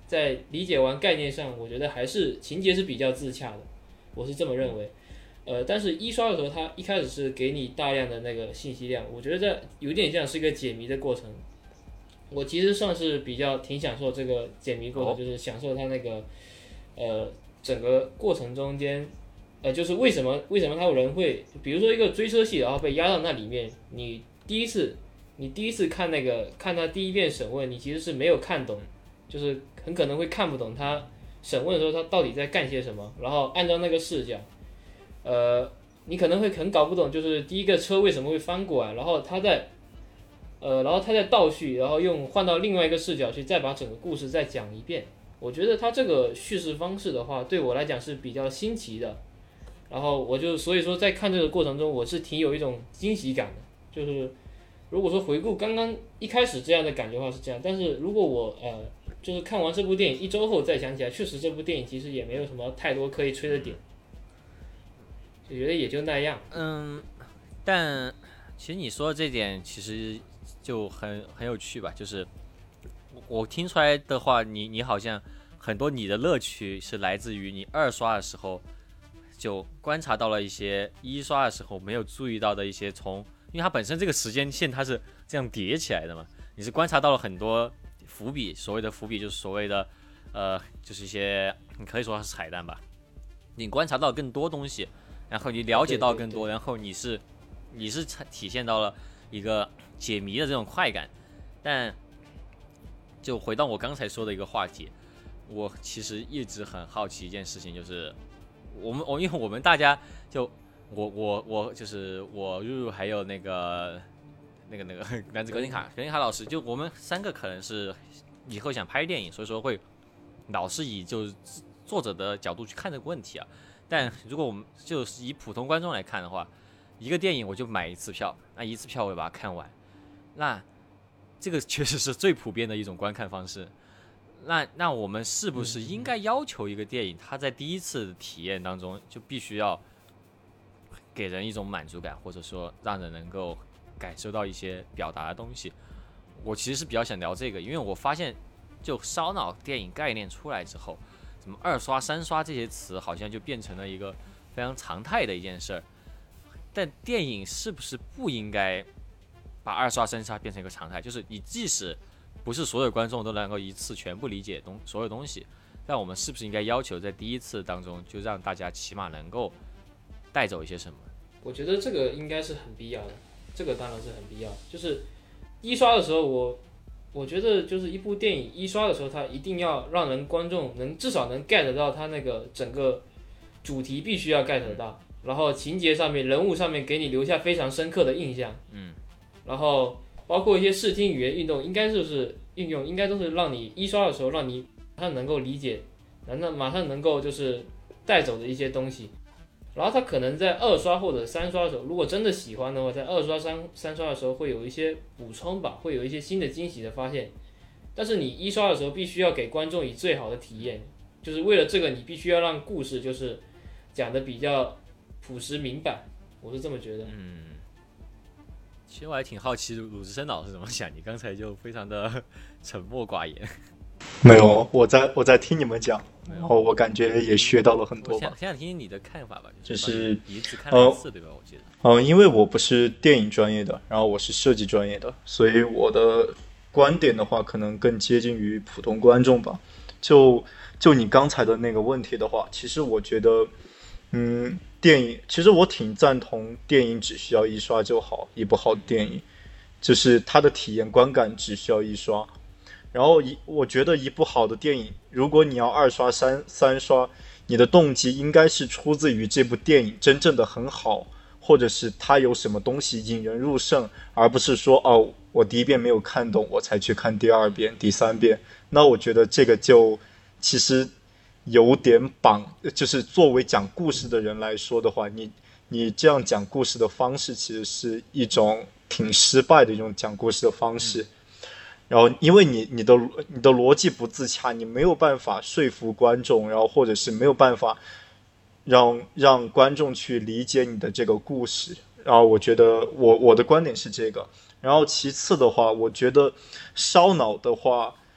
在理解完概念上，我觉得还是情节是比较自洽的，我是这么认为。呃，但是一刷的时候，它一开始是给你大量的那个信息量，我觉得这有点像是一个解谜的过程。我其实算是比较挺享受这个解谜过程，就是享受它那个呃整个过程中间，呃，就是为什么为什么他有人会，比如说一个追车戏，然后被压到那里面，你第一次你第一次看那个看他第一遍审问，你其实是没有看懂，就是很可能会看不懂他审问的时候他到底在干些什么，然后按照那个视角。呃，你可能会很搞不懂，就是第一个车为什么会翻过来，然后他在，呃，然后他在倒叙，然后用换到另外一个视角去再把整个故事再讲一遍。我觉得他这个叙事方式的话，对我来讲是比较新奇的。然后我就所以说在看这个过程中，我是挺有一种惊喜感的。就是如果说回顾刚刚一开始这样的感觉的话是这样，但是如果我呃就是看完这部电影一周后再想起来，确实这部电影其实也没有什么太多可以吹的点。就觉得也就那样， 嗯，但其实你说的这点其实就很很有趣吧，就是我听出来的话，你你好像很多你的乐趣是来自于你二刷的时候就观察到了一些一刷的时候没有注意到的一些从，因为它本身这个时间线它是这样叠起来的嘛，你是观察到了很多伏笔，所谓的伏笔就是所谓的呃就是一些你可以说它是彩蛋吧，你观察到更多东西。然后你了解到更多，然后你是你是体现到了一个解谜的这种快感，但就回到我刚才说的一个话题，我其实一直很好奇一件事情，就是我们我因为我们大家就我我我就是我入入还有那个那个那个男子格林卡格林卡老师，就我们三个可能是以后想拍电影，所以说会老是以就是作者的角度去看这个问题啊。但如果我们就是以普通观众来看的话，一个电影我就买一次票，那一次票我就把它看完，那这个确实是最普遍的一种观看方式。那那我们是不是应该要求一个电影，它在第一次的体验当中就必须要给人一种满足感，或者说让人能够感受到一些表达的东西？我其实是比较想聊这个，因为我发现就烧脑电影概念出来之后，什么二刷、三刷这些词好像就变成了一个非常常态的一件事儿。但电影是不是不应该把二刷、三刷变成一个常态？就是你即使不是所有观众都能够一次全部理解东所有东西，但我们是不是应该要求在第一次当中就让大家起码能够带走一些什么？ 我觉得这个应该是很必要的，这个当然是很必要。就是一刷的时候我。我觉得就是一部电影一刷的时候，它一定要让人观众能至少能 get 到它那个整个主题，必须要 get 到，然后情节上面、人物上面给你留下非常深刻的印象。嗯，然后包括一些视听语言运动，应该就是运用，应该都是让你一刷的时候，让你马上能够理解，然后马上能够就是带走的一些东西。然后他可能在二刷或者三刷的时候，如果真的喜欢的话，在二刷、三三刷的时候会有一些补充吧，会有一些新的惊喜的发现。但是你一刷的时候，必须要给观众以最好的体验，就是为了这个，你必须要让故事就是讲的比较朴实明白，我是这么觉得。 嗯，其实我还挺好奇鲁智深老师怎么想，你刚才就非常的沉默寡言。 没有，我在我在听你们讲，然后我感觉也学到了很多吧。 我想想听听你的看法吧， 就是你只看了一次、呃、对吧？我记得。 嗯、呃，因为我不是电影专业的，然后我是设计专业的，所以我的观点的话，可能更接近于普通观众吧。就就你刚才的那个问题的话，其实我觉得，嗯，电影其实我挺赞同电影只需要一刷就好，一部好的电影，就是它的体验观感只需要一刷。然后一，我觉得一部好的电影，如果你要二刷、三三刷，你的动机应该是出自于这部电影真正的很好，或者是它有什么东西引人入胜，而不是说哦，我第一遍没有看懂，我才去看第二遍、第三遍。那我觉得这个就其实有点绑，就是作为讲故事的人来说的话，你你这样讲故事的方式，其实是一种挺失败的一种讲故事的方式。嗯，然后因为你你的你的逻辑不自洽，你没有办法说服观众，然后或者是没有办法让让观众去理解你的这个故事。然后我觉得我我的观点是这个。然后其次的话，我觉得烧脑的话，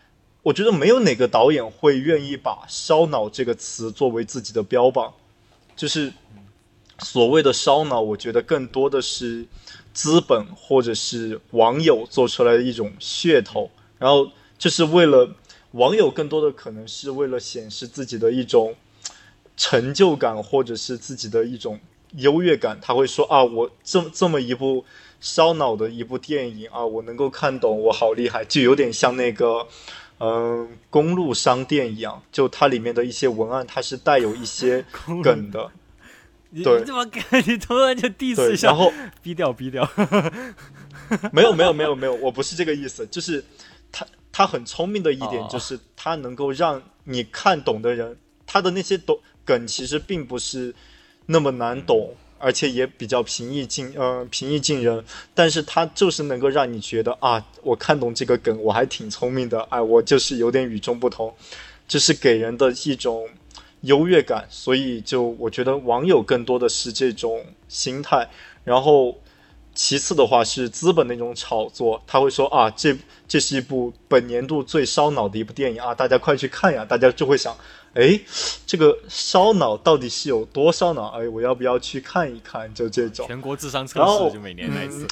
我觉得没有哪个导演会愿意把烧脑这个词作为自己的标榜，就是所谓的烧脑，我觉得更多的是资本或者是网友做出来的一种噱头，然后就是为了网友更多的可能是为了显示自己的一种成就感或者是自己的一种优越感，他会说啊，我这这么一部烧脑的一部电影啊，我能够看懂，我好厉害，就有点像那个嗯、呃、公路商店一样，就它里面的一些文案它是带有一些梗的。对， 你怎么你突然就 diss 一下， 然后逼掉逼掉没有没有没有没有，我不是这个意思，就是他他很聪明的一点就是他能够让你看懂的人，他的那些懂梗其实并不是那么难懂，而且也比较平易近呃平易近人，但是他就是能够让你觉得啊，我看懂这个梗，我还挺聪明的，哎，我就是有点与众不同，这是给人的一种优越感，所以就我觉得网友更多的是这种心态，然后其次的话是资本那种炒作，他会说啊，这这是一部本年度最烧脑的一部电影啊，大家快去看呀，大家就会想，哎，这个烧脑到底是有多烧脑？哎，我要不要去看一看？就这种全国智商测试就每年来一次，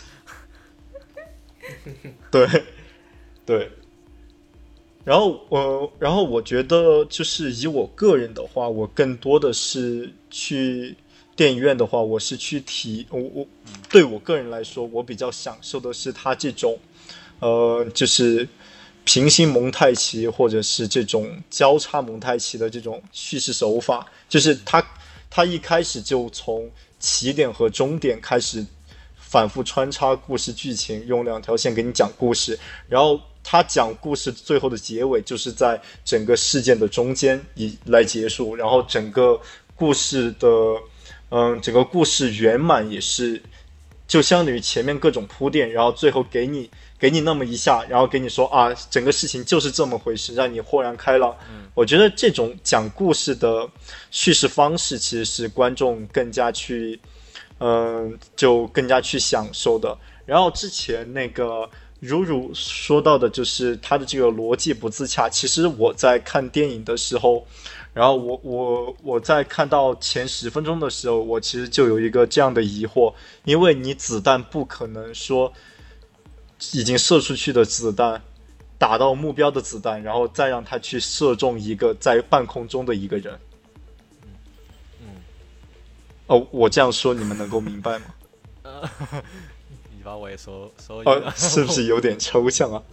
嗯、对对。然后我、呃，然后我觉得就是以我个人的话，我更多的是去电影院的话，我是去体我我对我个人来说，我比较享受的是它这种，呃，就是平行蒙太奇或者是这种交叉蒙太奇的这种叙事手法，就是它它一开始就从起点和终点开始反复穿插故事剧情，用两条线给你讲故事，然后他讲故事最后的结尾就是在整个事件的中间以来结束，然后整个故事的嗯，整个故事圆满也是就相当于前面各种铺垫，然后最后给你给你那么一下，然后给你说啊，整个事情就是这么回事，让你豁然开朗。嗯，我觉得这种讲故事的叙事方式其实是观众更加去嗯，就更加去享受的。然后之前那个如如说到的就是他的这个逻辑不自洽，其实我在看电影的时候，然后我我我在看到前十分钟的时候，我其实就有一个这样的疑惑，因为你子弹不可能说已经射出去的子弹打到目标的子弹，然后再让他去射中一个在半空中的一个人。 嗯， 哦，我这样说你们能够明白吗？ 呃你把我也说说哦，是不是有点抽象啊？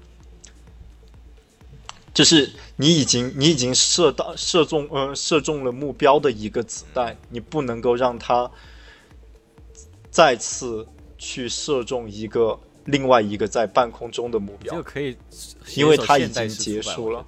就是你已经你已经射到射中呃射中了目标的一个子弹，你不能够让它再次去射中一个另外一个在半空中的目标， 这个可以， 因为它已经结束了。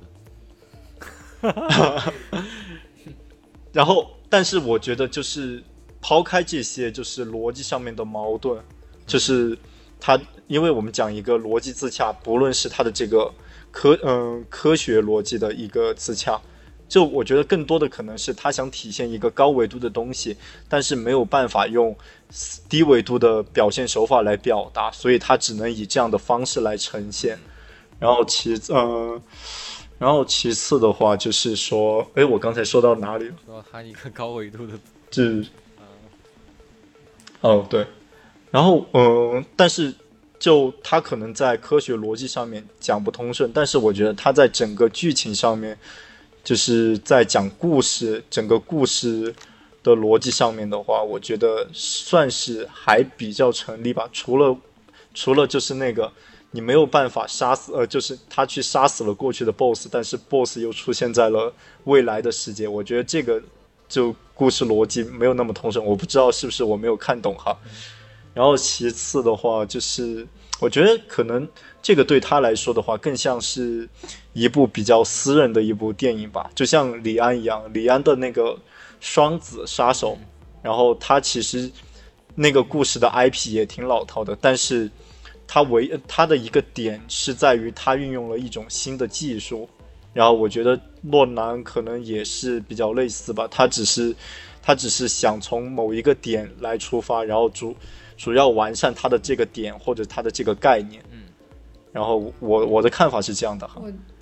然后，但是我觉得就是抛开这些，就是逻辑上面的矛盾，就是它，因为我们讲一个逻辑自洽，不论是它的这个科嗯、呃、科学逻辑的一个自洽，就我觉得更多的可能是他想体现一个高维度的东西，但是没有办法用低维度的表现手法来表达，所以他只能以这样的方式来呈现。然后其呃，然后其次的话就是说，哎，我刚才说到哪里了？ 说他一个高维度的， 是，哦对，然后嗯、呃，但是就他可能在科学逻辑上面讲不通顺，但是我觉得他在整个剧情上面，就是在讲故事整个故事的逻辑上面的话，我觉得算是还比较成立吧。除了除了就是那个你没有办法杀死呃，就是他去杀死了过去的 boss， 但是 boss 又出现在了未来的世界，我觉得这个就故事逻辑没有那么通顺，我不知道是不是我没有看懂哈。然后其次的话就是我觉得可能这个对他来说的话更像是一部比较私人的一部电影吧，就像李安一样，李安的那个双子杀手，然后他其实那个故事的 I P 也挺老套的，但是他唯他的一个点是在于他运用了一种新的技术，然后我觉得诺兰可能也是比较类似吧，他只是他只是想从某一个点来出发，然后主主要完善他的这个点或者他的这个概念。嗯，然后我我的看法是这样的哈。 我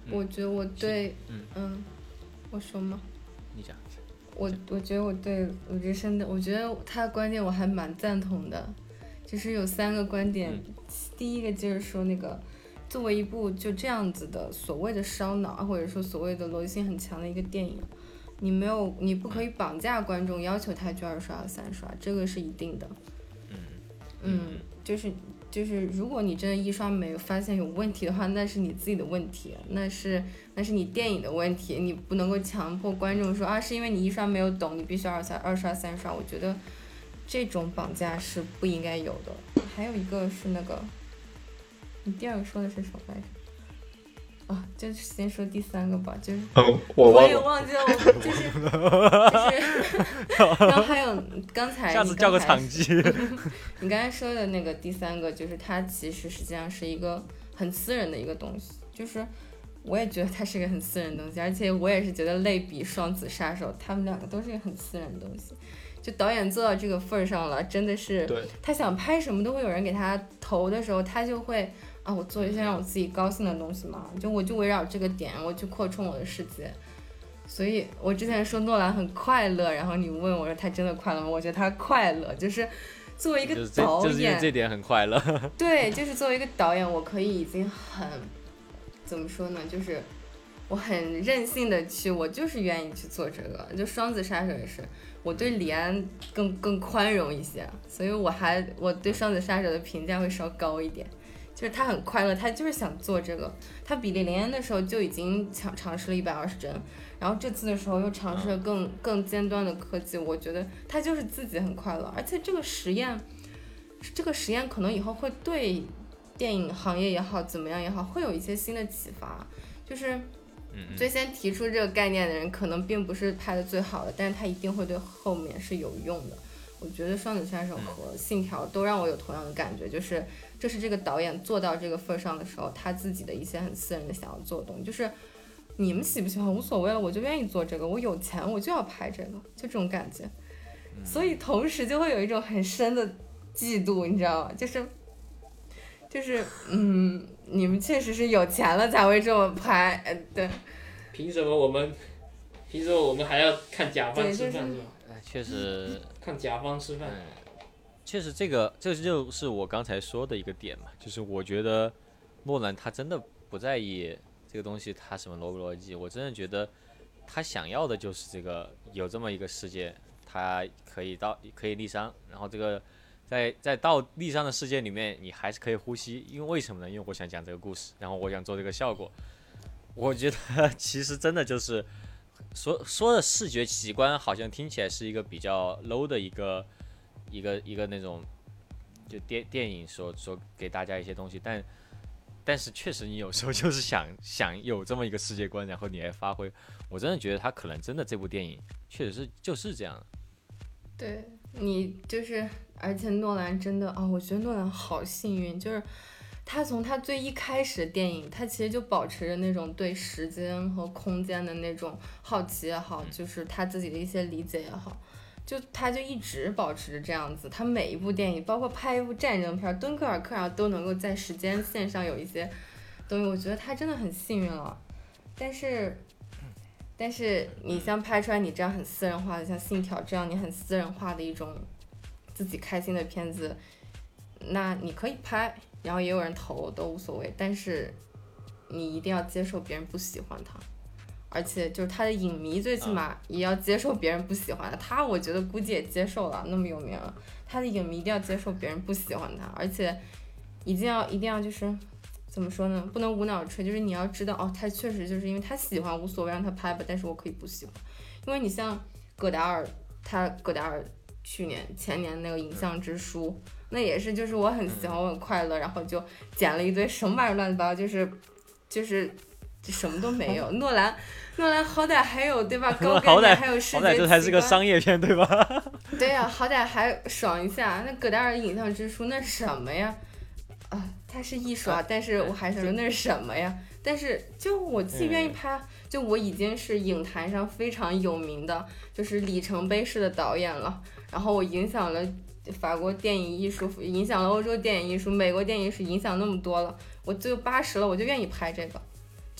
我觉得我对， 嗯嗯，我说吗？ 你讲。 我我觉得我对鲁智深的，我觉得他的观点我还蛮赞同的，就是有三个观点。 嗯、 第一个就是说，那个作为一部就这样子的所谓的烧脑，或者说所谓的逻辑性很强的一个电影，你没有，你不可以绑架观众，要求他去二刷三刷，这个是一定的。 嗯嗯，就是就是，如果你真的一刷没有发现有问题的话，那是你自己的问题，那是那是你电影的问题，你不能够强迫观众说啊，是因为你一刷没有懂，你必须二刷二刷三刷。我觉得这种绑架是不应该有的。还有一个是那个，你第二个说的是什么来着？啊，就先说第三个吧，就是、 哦、我, 我也忘记了，我就是就是，然后还有刚才下次叫个场记。 你刚才说的那个第三个，就是它其实实际上是一个很私人的一个东西，就是我也觉得它是一个很私人的东西，而且我也是觉得类比双子杀手，他们两个都是一个很私人的东西。就导演做到这个份儿上了，真的是他想拍什么都会有人给他投的时候，他就会啊，我做一些让我自己高兴的东西嘛，就我就围绕这个点，我去扩充我的世界。所以我之前说诺兰很快乐，然后你问我说他真的快乐吗？我觉得他快乐，就是作为一个导演， 就是因为这点很快乐。 对，就是作为一个导演，我可以已经很怎么说呢，就是我很任性的去，我就是愿意去做这个。就双子杀手也是，我对李安更更宽容一些，所以我还我对双子杀手的评价会稍高一点。就是他很快乐，他就是想做这个。他比利林恩的时候就已经尝尝试了一百二十帧，然后这次的时候又尝试了更更尖端的科技。我觉得他就是自己很快乐，而且这个实验，这个实验可能以后会对电影行业也好，怎么样也好，会有一些新的启发。就是最先提出这个概念的人，可能并不是拍的最好的，但是他一定会对后面是有用的。我觉得双子杀手和信条都让我有同样的感觉，就是这是这个导演做到这个份上的时候，他自己的一些很私人的想要做的东西，就是你们喜不喜欢无所谓了，我就愿意做这个，我有钱我就要拍这个，就这种感觉。所以同时就会有一种很深的嫉妒，你知道吗？就是就是嗯，你们确实是有钱了才会这么拍，呃，对。 凭什么我们凭什么我们还要看甲方吃饭是吧？ 确实看甲方吃饭、 嗯，确实这个这就是我刚才说的一个点嘛，就是我觉得诺兰他真的不在意这个东西他什么逻不逻辑，我真的觉得他想要的就是这个有这么一个世界，他可以到可以立伤，然后这个在在到立伤的世界里面你还是可以呼吸，因为为什么呢？因为我想讲这个故事，然后我想做这个效果。我觉得其实真的就是说说的视觉奇观，好像听起来是一个比较 low 的一个一个一个那种就电电影所所给大家一些东西，但但是确实你有时候就是想想有这么一个世界观，然后你来发挥，我真的觉得他可能真的这部电影确实是就是这样的。 对，你就是，而且诺兰真的啊、哦，我觉得诺兰好幸运，就是他从他最一开始的电影，他其实就保持着那种对时间和空间的那种好奇也好，就是他自己的一些理解也好，就他就一直保持着这样子。他每一部电影，包括拍一部战争片，敦刻尔克上都能够在时间线上有一些东西，我觉得他真的很幸运了。但是，但是你像拍出来你这样很私人化的，像《信条》这样你很私人化的一种自己开心的片子，那你可以拍。然后也有人投都无所谓，但是你一定要接受别人不喜欢他，而且就是他的影迷最起码也要接受别人不喜欢他。他我觉得估计也接受了，那么有名了，他的影迷一定要接受别人不喜欢他，而且一定要一定要就是怎么说呢，不能无脑吹，就是你要知道哦，他确实就是因为他喜欢无所谓让他拍吧，但是我可以不喜欢。因为你像戈达尔，他戈达尔去年前年那个影像之书，那也是就是我很喜欢我很快乐，然后就剪了一堆什么玩意儿乱七八糟，就是就是什么都没有。诺兰诺兰好歹还有对吧，高概念还有世界奇观， 好歹这才是个商业片对吧？ 对呀、啊，好歹还爽一下。那戈达尔影像之书那是什么呀？啊，它是艺术啊，但是我还想说那是什么呀？但是就我自己愿意拍，嗯、就我已经是影坛上非常有名的，就是里程碑式的导演了。然后我影响了法国电影艺术，影响了欧洲电影艺术，美国电影艺术，影响那么多了。我就八十了，我就愿意拍这个，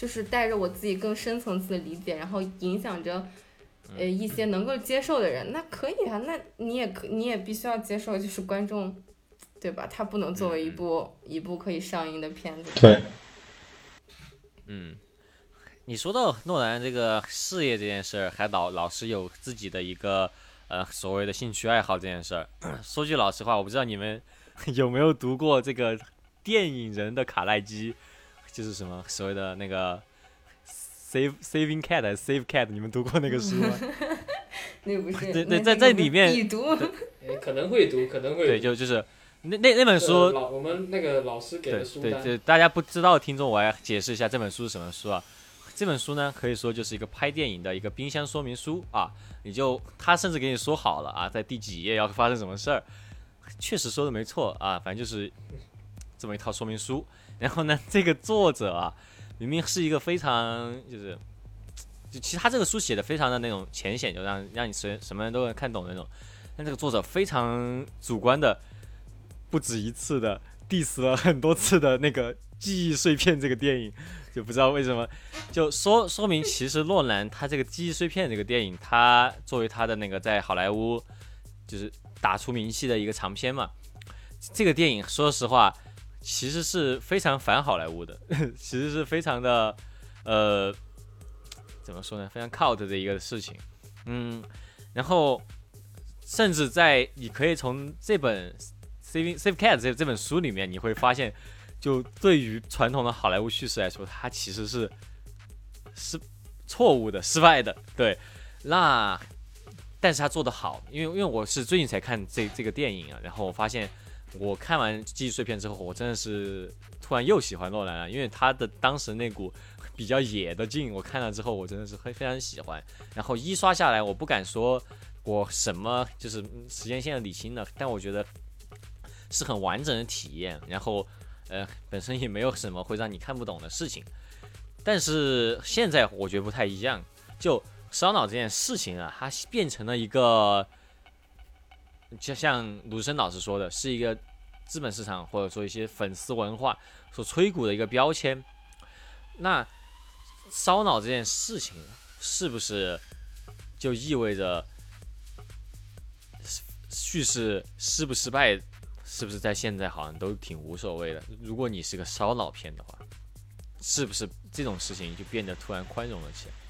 就是带着我自己更深层次的理解，然后影响着呃一些能够接受的人，那可以啊，那你也可你也必须要接受，就是观众，对吧？它不能作为一部、嗯、一部可以上映的片子。 对， 嗯，你说到诺兰这个事业这件事儿，还老老是有自己的一个呃所谓的兴趣爱好这件事儿。说句老实话，我不知道你们有没有读过这个电影人的卡耐基，就是什么所谓的那个 Save Saving Cat 还是 Save Cat， 你们读过那个书吗？ 那不是对对，在在里面必读， 可能会读，可能会读。 对，就就是那那那本书， 老我们那个老师给的书单。 对对对，大家不知道的听众，我来解释一下这本书是什么书啊？这本书呢，可以说就是一个拍电影的一个冰箱说明书啊。你就他甚至给你说好了啊，在第几页要发生什么事儿，确实说的没错啊，反正就是这么一套说明书。然后呢，这个作者啊，明明是一个非常就是，就其实他这个书写的非常的那种浅显，就让让你什什么人都能看懂的那种。但这个作者非常主观的，不止一次的 diss 了很多次的那个记忆碎片这个电影，就不知道为什么，就说说明其实诺兰他这个记忆碎片这个电影，他作为他的那个在好莱坞就是打出名气的一个长片嘛，这个电影说实话其实是非常反好莱坞的，其实是非常的呃怎么说呢，非常 cult 的一个事情，嗯，然后甚至在你可以从这本 Saving Save Cat 这这本书里面，你会发现，就对于传统的好莱坞叙事来说，它其实是是错误的、失败的。对，那但是他做得好，因为因为我是最近才看这这个电影啊，然后我发现我看完记忆碎片之后，我真的是突然又喜欢诺兰了，因为他的当时那股比较野的劲，我看了之后我真的是会非常喜欢。然后一刷下来，我不敢说我什么就是时间线的理清了，但我觉得是很完整的体验，然后呃本身也没有什么会让你看不懂的事情。但是现在我觉得不太一样，就烧脑这件事情啊，它变成了一个就像卢生老师说的，是一个资本市场或者说一些粉丝文化所吹鼓的一个标签。那烧脑这件事情是不是就意味着叙事失不失败，是不是在现在好像都挺无所谓的？如果你是个烧脑片的话，是不是这种事情就变得突然宽容了起来？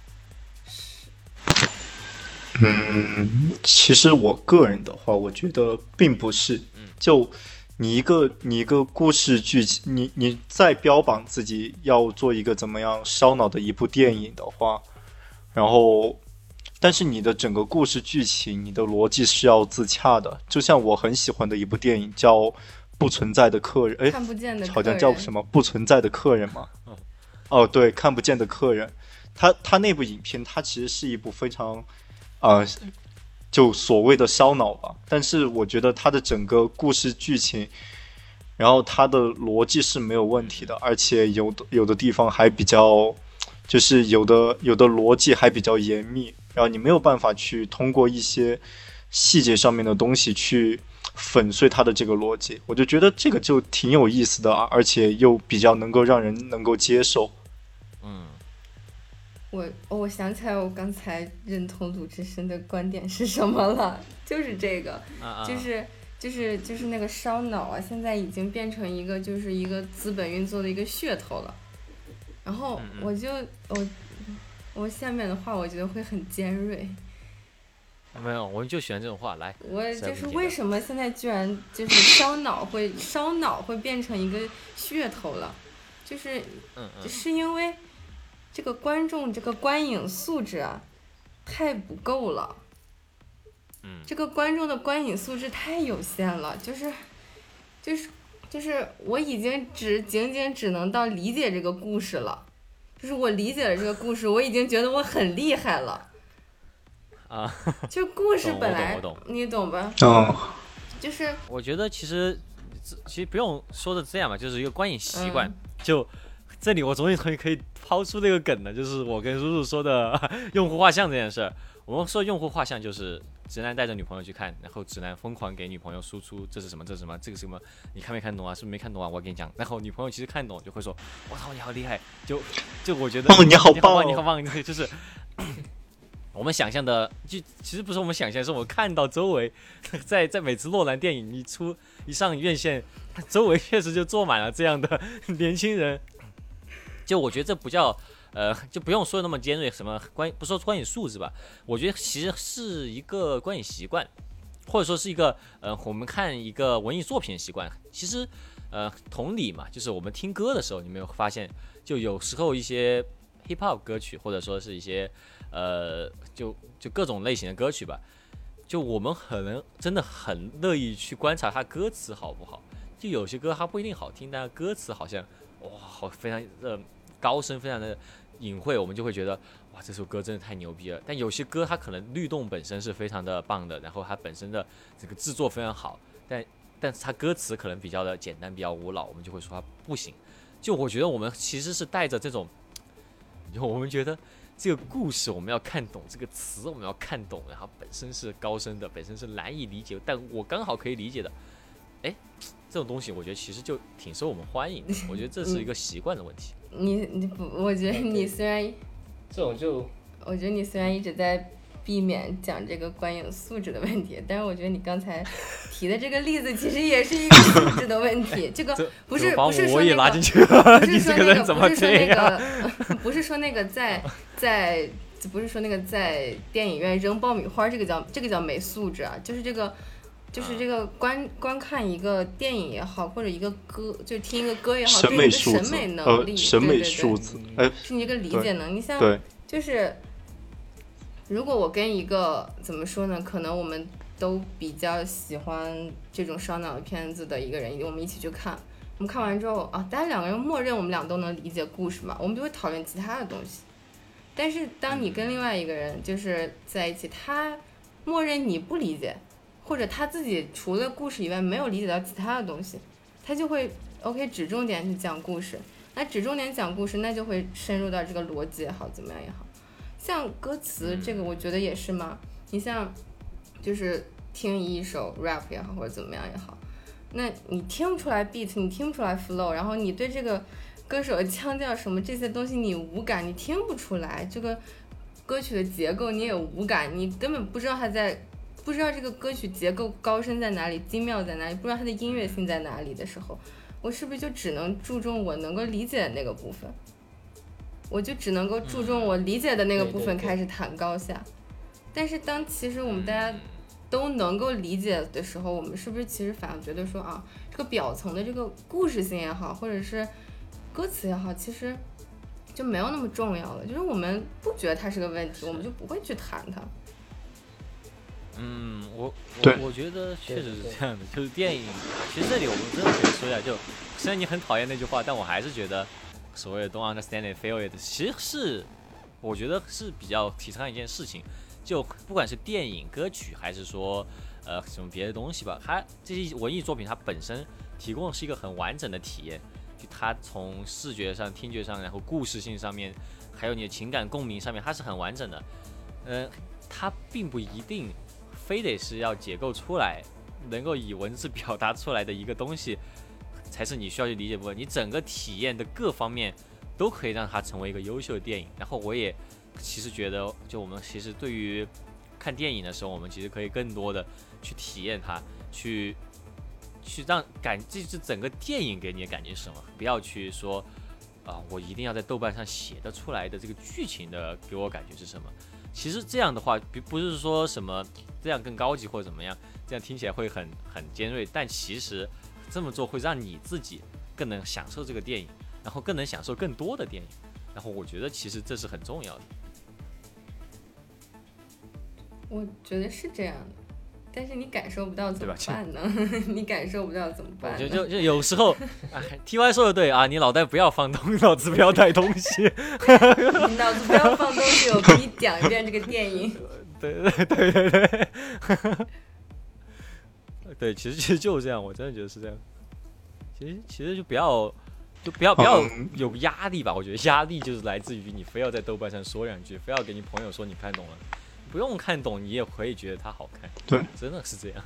嗯，其实我个人的话，我觉得并不是。就你一个你一个故事剧情，你你在标榜自己要做一个怎么样烧脑的一部电影的话，然后，但是你的整个故事剧情，你的逻辑是要自洽的。就像我很喜欢的一部电影叫《不存在的客人》，哎， 看不见的客人， 好像叫什么《不存在的客人》嘛？哦，对，看不见的客人。他他那部影片，它其实是一部非常。呃，就所谓的烧脑吧，但是我觉得它的整个故事剧情，然后它的逻辑是没有问题的，而且有的有的地方还比较，就是有的有的逻辑还比较严密，然后你没有办法去通过一些细节上面的东西去粉碎它的这个逻辑，我就觉得这个就挺有意思的，而且又比较能够让人能够接受。 嗯。 我我想起来，我刚才认同鲁智深的观点是什么了，就是这个， 啊啊就是就是就是那个烧脑啊，现在已经变成一个就是一个资本运作的一个噱头了。然后我就我我下面的话，我觉得会很尖锐。 没有，我们就喜欢这种话来。 我就是为什么现在居然就是烧脑会烧脑会变成一个噱头了，就是嗯嗯是因为。这个观众这个观影素质啊，太不够了。 嗯， 这个观众的观影素质太有限了，就是，就是，就是我已经只仅仅只能到理解这个故事了，就是我理解了这个故事，我已经觉得我很厉害了。 啊， 就故事本来， 我懂我懂你懂吧？ 哦， 就是我觉得其实其实不用说的这样吧，就是一个观影习惯， 嗯、 就。这里我终于可以抛出这个梗了，就是我跟叔叔说的用户画像这件事儿。我们说用户画像就是直男带着女朋友去看，然后直男疯狂给女朋友输出这是什么这是什么这个是什么，你看没看懂啊？是不是没看懂啊？我跟你讲，然后女朋友其实看懂就会说，我操你好厉害，就就我觉得哦你好棒、哦， 你好棒，就是我们想象的，就其实不是我们想象，是我们看到周围，在在每次诺兰电影一出一上院线，周围确实就坐满了这样的年轻人，就我觉得这不叫。呃，就不用说那么尖锐，什么观不说观影素质吧，我觉得其实是一个观影习惯，或者说是一个呃，我们看一个文艺作品的习惯。其实，呃，同理嘛，就是我们听歌的时候，你没有发现，就有时候一些 hip hop 歌曲，或者说是一些呃，就就各种类型的歌曲吧，就我们可能真的很乐意去观察它歌词好不好。就有些歌它不一定好听，但歌词好像哇，好非常呃高深，非常的。隐晦，我们就会觉得哇，这首歌真的太牛逼了。但有些歌它可能律动本身是非常的棒的，然后它本身的这个制作非常好，但但是它歌词可能比较的简单，比较无脑，我们就会说它不行。就我觉得我们其实是带着这种，我们觉得这个故事我们要看懂，这个词我们要看懂，然后本身是高深的，本身是难以理解，但我刚好可以理解的，哎，这种东西我觉得其实就挺受我们欢迎的。我觉得这是一个习惯的问题。 你你不，我觉得你虽然这种就， 我觉得你虽然一直在避免讲这个观影素质的问题，但是我觉得你刚才提的这个例子其实也是一个素质的问题。这个不是不是说那个，不是说那个，不是说那个，不是说那个在在不是说那个在电影院扔爆米花，这个叫这个叫没素质啊，就是这个。就是这个观观看一个电影也好，或者一个歌，就听一个歌也好， 审美这是一个审美能力， 呃、审美素质， 哎，是你一个理解能力。像就是如果我跟一个怎么说呢，可能我们都比较喜欢这种烧脑的片子的一个人，我们一起去看，我们看完之后啊，大家两个人默认我们俩都能理解故事嘛，我们就会讨论其他的东西。但是当你跟另外一个人就是在一起，他默认你不理解。或者他自己除了故事以外没有理解到其他的东西，他就会 OK 指重点去讲故事。那指重点讲故事，那就会深入到这个逻辑也好，怎么样也好。像歌词这个，我觉得也是嘛。你像就是听一首 rap 也好，或者怎么样也好，那你听不出来 beat， 你听不出来 flow， 然后你对这个歌手的腔调什么这些东西你无感，你听不出来这个歌曲的结构，你也无感，你根本不知道他在。不知道这个歌曲结构高深在哪里，精妙在哪里，不知道它的音乐性在哪里的时候，我是不是就只能注重我能够理解的那个部分？我就只能够注重我理解的那个部分开始谈高下。但是当其实我们大家都能够理解的时候，我们是不是其实反而觉得说啊，这个表层的这个故事性也好，或者是歌词也好，其实就没有那么重要了。就是我们不觉得它是个问题，我们就不会去谈它。 嗯，我我我觉得确实是这样的，就是电影，其实这里我们真的可以说一下，就虽然你很讨厌那句话，但我还是觉得所谓的 don't understand it, feel it， 其实是我觉得是比较提倡一件事情，就不管是电影、歌曲，还是说呃什么别的东西吧，它这些文艺作品它本身提供的是一个很完整的体验，就它从视觉上、听觉上，然后故事性上面，还有你的情感共鸣上面，它是很完整的，呃，它并不一定。非得是要解构出来，能够以文字表达出来的一个东西，才是你需要去理解的部分。你整个体验的各方面都可以让它成为一个优秀的电影。然后我也其实觉得，就我们其实对于看电影的时候，我们其实可以更多的去体验它，去去让感，这是整个电影给你的感觉是什么？不要去说啊，我一定要在豆瓣上写得出来的这个剧情的给我感觉是什么？其实这样的话，不是说什么这样更高级或者怎么样，这样听起来会很很尖锐，但其实这么做会让你自己更能享受这个电影，然后更能享受更多的电影，然后我觉得其实这是很重要的。 我觉得是这样的，但是你感受不到怎么办呢？你感受不到怎么办呢？ 就就就有时候，哎 ，T Y 说的对啊，你脑袋不要放东，脑子不要带东西。 你脑子不要放东西，我给你讲一遍这个电影。 对对对对对。对，其实其实就是这样，我真的觉得是这样。其实其实就不要就不要不要有压力吧，我觉得压力就是来自于你非要在豆瓣上说两句，非要给你朋友说你看懂了。 不用看懂，你也可以觉得它好看。 对， 真的是这样。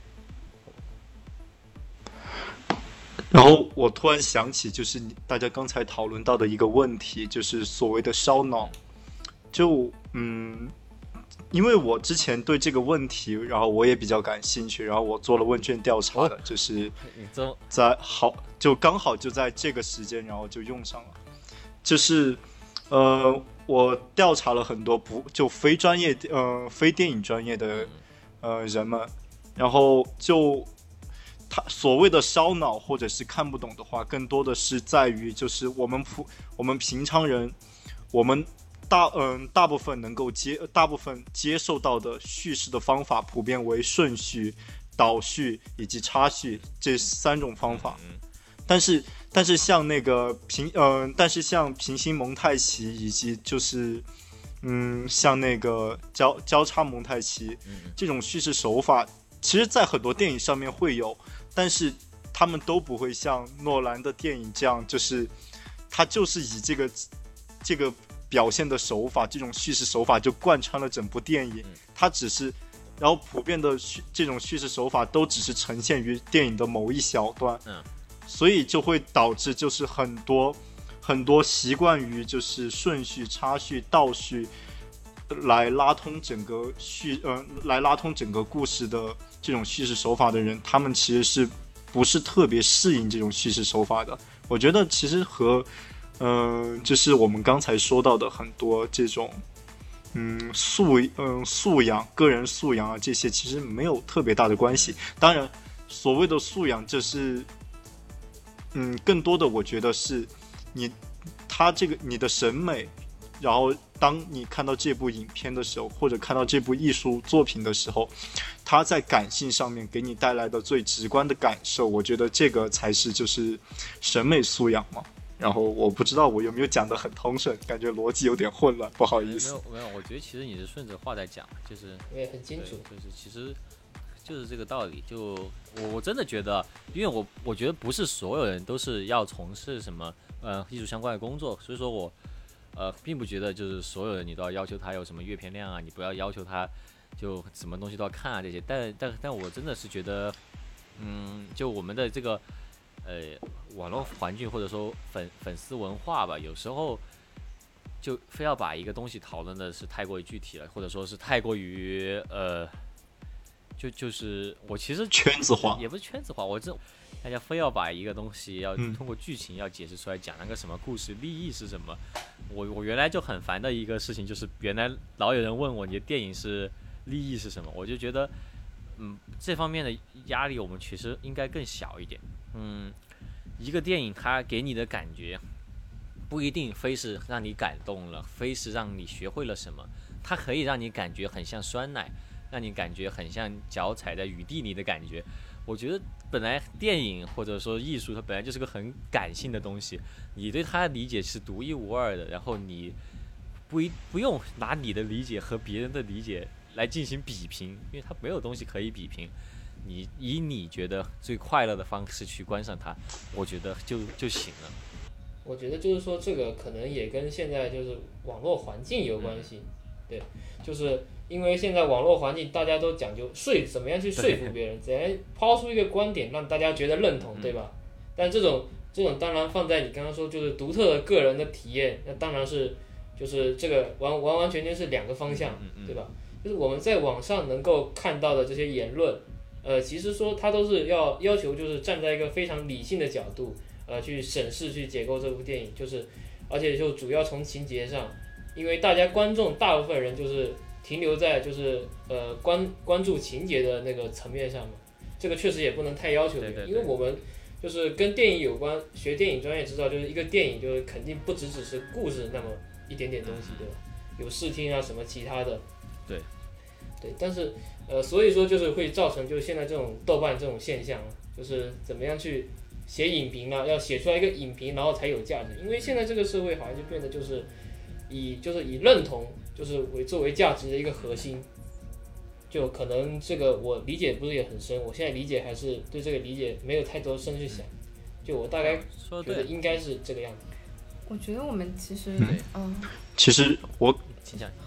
然后我突然想起，就是你大家刚才讨论到的一个问题，就是所谓的烧脑。就嗯，因为我之前对这个问题，然后我也比较感兴趣，然后我做了问卷调查的，就是在好就刚好就在这个时间，然后就用上了。就是呃，我调查了很多不就非专业呃非电影专业的呃人们，然后就。他所谓的烧脑或者是看不懂的话，更多的是在于就是我们普我们平常人，我们大嗯大部分能够接大部分接受到的叙事的方法，普遍为顺序、导序以及插叙这三种方法。但是但是像那个平嗯、呃，但是像平行蒙太奇以及就是嗯像那个交交叉蒙太奇这种叙事手法，其实在很多电影上面会有。但是他们都不会像诺兰的电影这样，就是他就是以这个这个表现的手法，这种叙事手法就贯穿了整部电影。他只是，然后普遍的这种叙事手法都只是呈现于电影的某一小段，所以就会导致就是很多很多习惯于就是顺序、插叙、倒叙来拉通整个叙呃来拉通整个故事的。这种叙事手法的人，他们其实是不是特别适应这种叙事手法的？我觉得其实和，嗯、呃，就是我们刚才说到的很多这种，嗯素嗯素养、个人素养啊这些，其实没有特别大的关系。当然，所谓的素养，这是，嗯，更多的我觉得是你他这个你的审美。然后当你看到这部影片的时候，或者看到这部艺术作品的时候，它在感性上面给你带来的最直观的感受，我觉得这个才是就是审美素养嘛。然后我不知道我有没有讲得很通顺，感觉逻辑有点混乱，不好意思。 没有没有，我觉得其实你是顺着话在讲，就是也很清楚， 就是其实就是这个道理。就我我真的觉得，因为我我觉得不是所有人都是要从事什么呃艺术相关的工作，所以说我。呃，并不觉得就是所有人你都要要求他有什么阅片量啊，你不要要求他就什么东西都要看啊这些。但但但我真的是觉得，嗯，就我们的这个呃网络环境或者说粉粉丝文化吧，有时候就非要把一个东西讨论的是太过于具体了，或者说是太过于呃，就就是我其实圈子化， 也不是圈子化，我这。大家非要把一个东西要通过剧情要解释出来，讲那个什么故事，利益是什么？我我原来就很烦的一个事情，就是原来老有人问我你的电影是利益是什么，我就觉得，嗯，这方面的压力我们其实应该更小一点。嗯，一个电影它给你的感觉，不一定非是让你感动了，非是让你学会了什么，它可以让你感觉很像酸奶，让你感觉很像脚踩在雨地里的感觉。我觉得本来电影或者说艺术它本来就是个很感性的东西，你对它的理解是独一无二的，然后你不一不用拿你的理解和别人的理解来进行比拼，因为它没有东西可以比拼，你以你觉得最快乐的方式去观赏它，我觉得就就行了。 我觉得就是说这个可能也跟现在就是网络环境有关系，对，就是因为现在网络环境大家都讲究说怎么样去说服别人，怎样抛出一个观点让大家觉得认同，对吧？但这种这种当然放在你刚刚说就是独特的个人的体验，那当然是就是这个完完完全全是两个方向，对吧？就是我们在网上能够看到的这些言论，呃，其实说它都是要要求就是站在一个非常理性的角度，呃，去审视去解构这部电影，就是而且就主要从情节上，因为大家观众大部分人就是停留在就是呃关关注情节的那个层面上嘛，这个确实也不能太要求别人，因为我们就是跟电影有关，学电影专业知道，就是一个电影就是肯定不只只是故事那么一点点东西，对吧？有视听啊什么其他的， 对， 对，但是呃所以说就是会造成就是现在这种豆瓣这种现象，就是怎么样去写影评呢？要写出来一个影评，然后才有价值，因为现在这个社会好像就变得就是以就是以认同就是为作为价值的一个核心。就可能这个我理解不是也很深，我现在理解还是对这个理解没有太多深去想，就我大概觉得应该是这个样子。 我觉得我们其实， 嗯， 嗯， 其实我， 倾向， 嗯，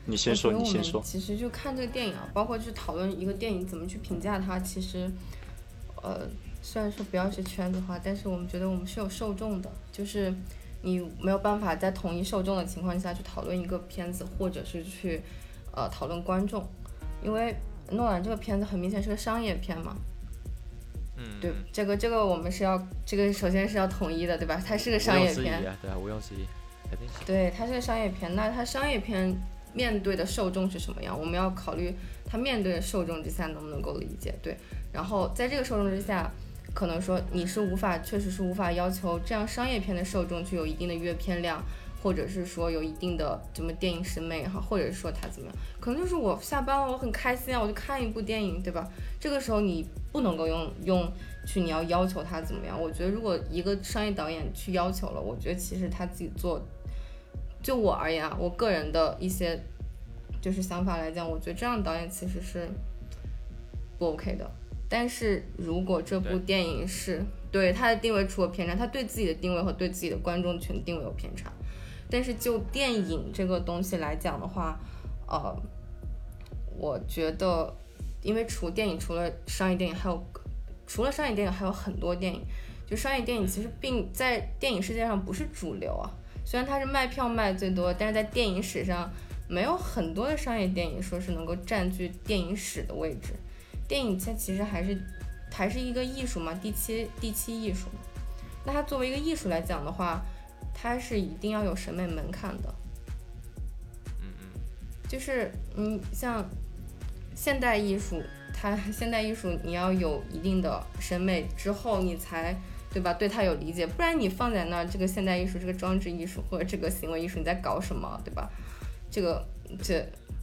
你先说，你先说。 其实就看这个电影啊，包括去讨论一个电影怎么去评价它，其实，呃，虽然说不要是圈子化，但是我们觉得我们是有受众的，就是你没有办法在同一受众的情况下去讨论一个片子，或者是去呃讨论观众，因为诺兰这个片子很明显是个商业片嘛。 嗯， 对，这个这个我们是要，这个首先是要统一的，对吧？它是个商业片， 啊、对啊，毋庸置疑，肯定是。 对，它是个商业片，那它商业片面对的受众是什么样？我们要考虑它面对的受众之下能不能够理解，对。然后在这个受众之下，可能说你是无法，确实是无法要求这样商业片的受众具有一定的阅片量，或者是说有一定的什么电影审美哈，或者是说它怎么样，可能就是我下班了，我很开心啊，我就看一部电影，对吧？这个时候你不能够用用去你要要求他怎么样。我觉得如果一个商业导演去要求了，我觉得其实他自己做，就我而言啊，我个人的一些就是想法来讲，我觉得这样的导演其实是不 OK 的。但是如果这部电影是 对, 对他的定位出了偏差，他对自己的定位和对自己的观众群定位有偏差，但是就电影这个东西来讲的话，呃，我觉得因为除电影除了商业电影还有除了商业电影还有很多电影，就商业电影其实并在电影世界上不是主流啊，虽然它是卖票卖最多，但是在电影史上没有很多的商业电影说是能够占据电影史的位置。电影它其实还是还是一个艺术嘛，第七第七艺术。那它作为一个艺术来讲的话，它是一定要有审美门槛的。 嗯嗯， 就是你像现代艺术，它现代艺术你要有一定的审美之后，你才对吧？对它有理解，不然你放在那儿，这个现代艺术、这个装置艺术或者这个行为艺术，你在搞什么，对吧？这个这。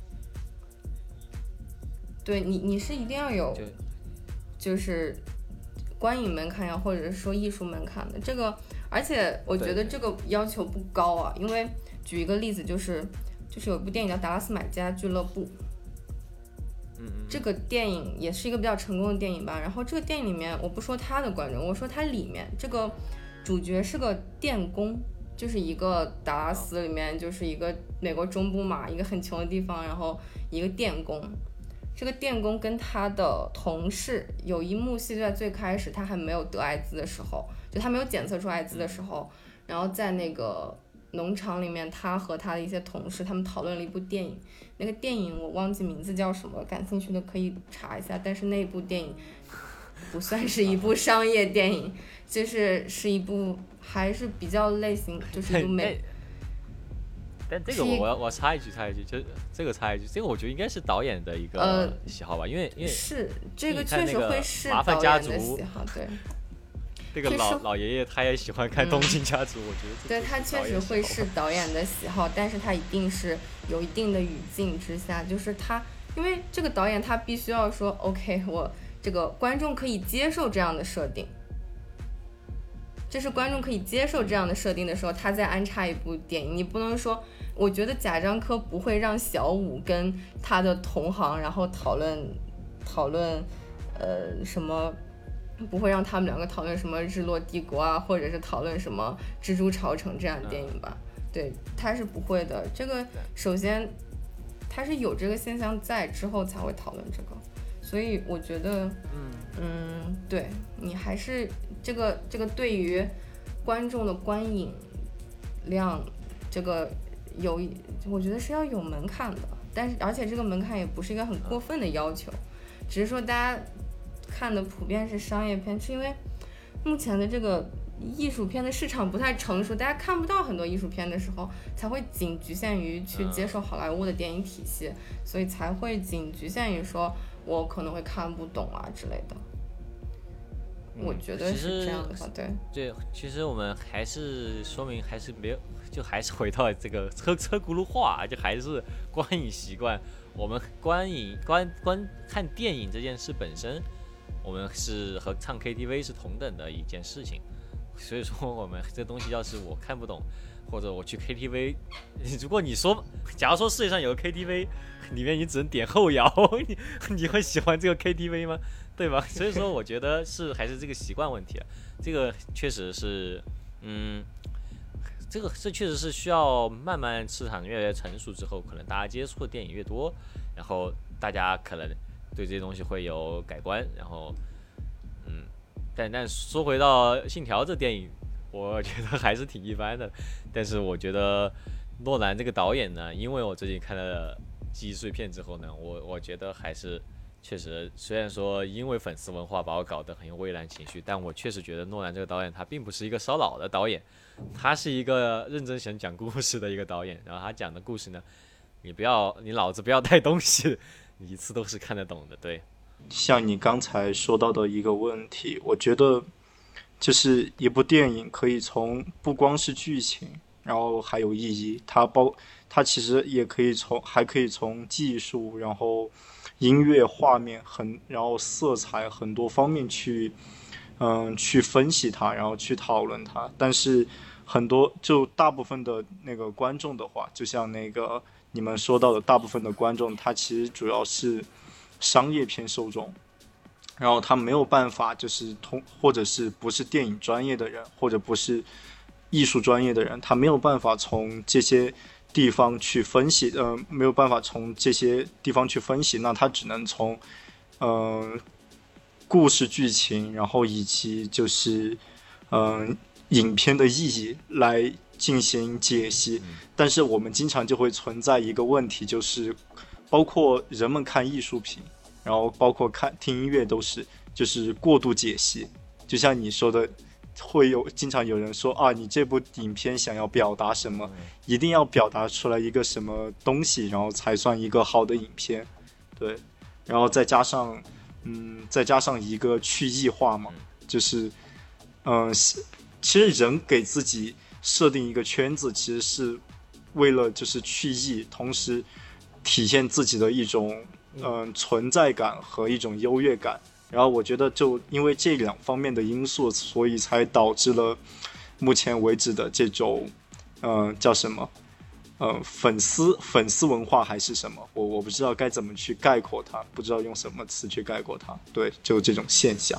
对你，你是一定要有，就是观影门槛呀，或者是说艺术门槛的这个，而且我觉得这个要求不高啊，因为举一个例子，就是就是有一部电影叫《达拉斯买家俱乐部》， 嗯嗯， 这个电影也是一个比较成功的电影吧。然后这个电影里面，我不说它的观众，我说它里面这个主角是个电工，就是一个达拉斯里面就是一个美国中部嘛，一个很穷的地方，然后一个电工。这个电工跟他的同事有一幕戏，在最开始他还没有得艾滋的时候，就他没有检测出艾滋的时候，然后在那个农场里面，他和他的一些同事他们讨论了一部电影，那个电影我忘记名字叫什么，感兴趣的可以查一下，但是那部电影不算是一部商业电影，就是是一部还是比较类型，就是一部美但这个我要我插一句插一句，就这个插一句，这个我觉得应该是导演的一个喜好吧，呃、因为因为是这个确实会是麻烦家族的喜好，对。 这个老老爷爷他也喜欢看《东京家族》，嗯，我觉得对他确实会是导演的喜好，但是他一定是有一定的语境之下，就是他因为这个导演他必须要说 OK， 我这个观众可以接受这样的设定。这是观众可以接受这样的设定的时候，他再安插一部电影。你不能说，我觉得贾樟柯不会让小五跟他的同行然后讨论讨论呃什么，不会让他们两个讨论什么日落帝国啊，或者是讨论什么蜘蛛巢城这样的电影吧。对，他是不会的。这个首先他是有这个现象在之后才会讨论这个，所以我觉得嗯嗯对，你还是这个这个对于观众的观影量这个有我觉得是要有门槛的，但是而且这个门槛也不是一个很过分的要求，只是说大家看的普遍是商业片，是因为目前的这个艺术片的市场不太成熟，大家看不到很多艺术片的时候，才会仅局限于去接受好莱坞的电影体系，所以才会仅局限于说我可能会看不懂啊之类的。我觉得是这样的吧，对。 对，其实我们还是说明还是没有，就还是回到这个车车轱辘话，就还是观影习惯。我们观影观观看电影这件事本身，我们是和唱 K T V 是同等的一件事情。所以说，我们这东西要是我看不懂，或者我去 K T V， 如果你说，假如说世界上有个 K T V， 里面你只能点后摇，你你会喜欢这个 K T V 吗？对吧？所以说，我觉得是还是这个习惯问题，这个确实是，嗯， 这个这确实是需要慢慢市场越来越成熟之后，可能大家接触的电影越多，然后大家可能对这些东西会有改观，然后嗯，但但说回到《信条》这电影，我觉得还是挺一般的。但是我觉得诺兰这个导演呢，因为我最近看了《记忆碎片》之后呢，我我觉得还是确实，虽然说因为粉丝文化把我搞得很有蔚蓝情绪，但我确实觉得诺兰这个导演他并不是一个烧脑的导演，他是一个认真想讲故事的一个导演。然后他讲的故事呢，你不要你脑子不要带东西，你一次都是看得懂的。对， 像你刚才说到的一个问题，我觉得就是一部电影可以从不光是剧情，然后还有意义，它包它其实也可以从还可以从技术，然后音乐、画面很，然后色彩很多方面去嗯去分析它，然后去讨论它。但是很多就大部分的那个观众的话，就像那个你们说到的，大部分的观众他其实主要是商业片受众，然后他没有办法就是通，或者是不是电影专业的人，或者不是艺术专业的人，他没有办法从这些地方去分析，呃，没有办法从这些地方去分析，那他只能从，呃，故事剧情，然后以及就是，嗯、呃，影片的意义来进行解析。但是我们经常就会存在一个问题，就是包括人们看艺术品，然后包括看听音乐都是，就是过度解析。就像你说的，会有经常有人说啊，你这部影片想要表达什么，一定要表达出来一个什么东西，然后才算一个好的影片。对，然后再加上嗯，再加上一个去异化嘛，就是嗯、呃，其实人给自己设定一个圈子，其实是为了就是去异，同时体现自己的一种嗯、呃、存在感和一种优越感。然后我觉得就因为这两方面的因素，所以才导致了目前为止的这种嗯、呃、叫什么呃粉丝粉丝文化还是什么，我我不知道该怎么去概括它，不知道用什么词去概括它。对，就这种现象。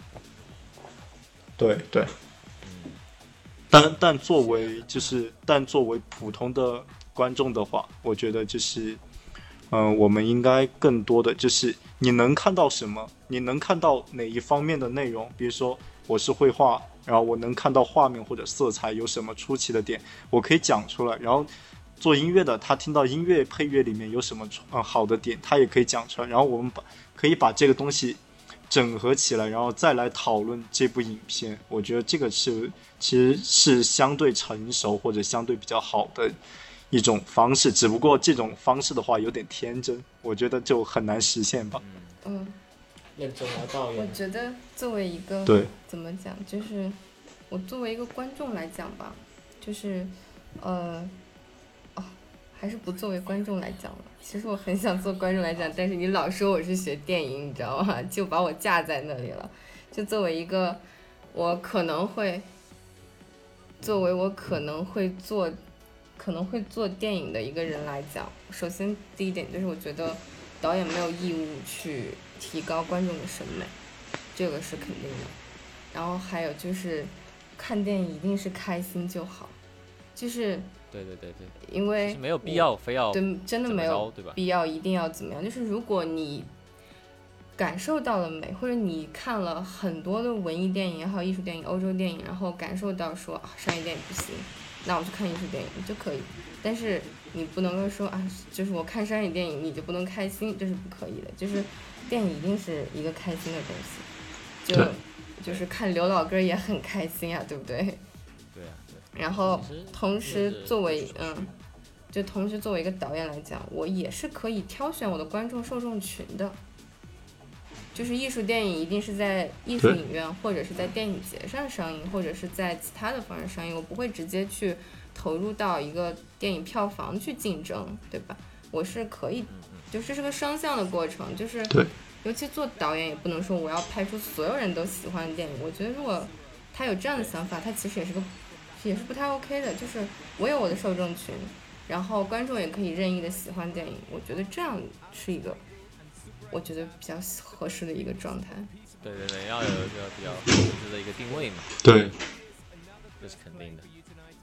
对对。但但作为就是但作为普通的观众的话，我觉得就是嗯、呃，我们应该更多的就是你能看到什么，你能看到哪一方面的内容，比如说我是绘画，然后我能看到画面或者色彩有什么出奇的点，我可以讲出来。然后做音乐的他听到音乐配乐里面有什么、呃、好的点，他也可以讲出来。然后我们把可以把这个东西整合起来，然后再来讨论这部影片。我觉得这个是其实是相对成熟或者相对比较好的一种方式，只不过这种方式的话有点天真，我觉得就很难实现吧。 嗯， 认真来道我觉得作为一个对怎么讲，就是我作为一个观众来讲吧，就是呃哦，还是不作为观众来讲了。其实我很想做观众来讲，但是你老说我是学电影，你知道吗？就把我架在那里了。就作为一个我可能会，作为我可能会做。可能会做电影的一个人来讲，首先第一点就是我觉得导演没有义务去提高观众的审美，这个是肯定的。然后还有就是看电影一定是开心就好，就是对对对对， 因为没有必要非要对，真的没有必要一定要怎么样。就是如果你感受到了美，或者你看了很多的文艺电影也好，艺术电影、欧洲电影，然后感受到说啊，商业电影不行，那我去看艺术电影就可以。但是你不能够说啊，就是我看商业电影你就不能开心，这是不可以的。就是电影一定是一个开心的东西，就就是看刘老根也很开心啊，对不对？ 对啊，对。 然后同时作为嗯，就同时作为一个导演来讲，我也是可以挑选我的观众受众群的。就是艺术电影一定是在艺术影院或者是在电影节上上映，或者是在其他的方式上映，我不会直接去投入到一个电影票房去竞争，对吧？我是可以，就是这是个双向的过程，就是尤其做导演也不能说我要拍出所有人都喜欢的电影。我觉得如果他有这样的想法，他其实也是个也是不太 OK 的。就是我有我的受众群，然后观众也可以任意的喜欢电影，我觉得这样是一个我觉得比较合适的一个状态。 对对对，要有一个比较合适的一个定位嘛。 对， 这是肯定的。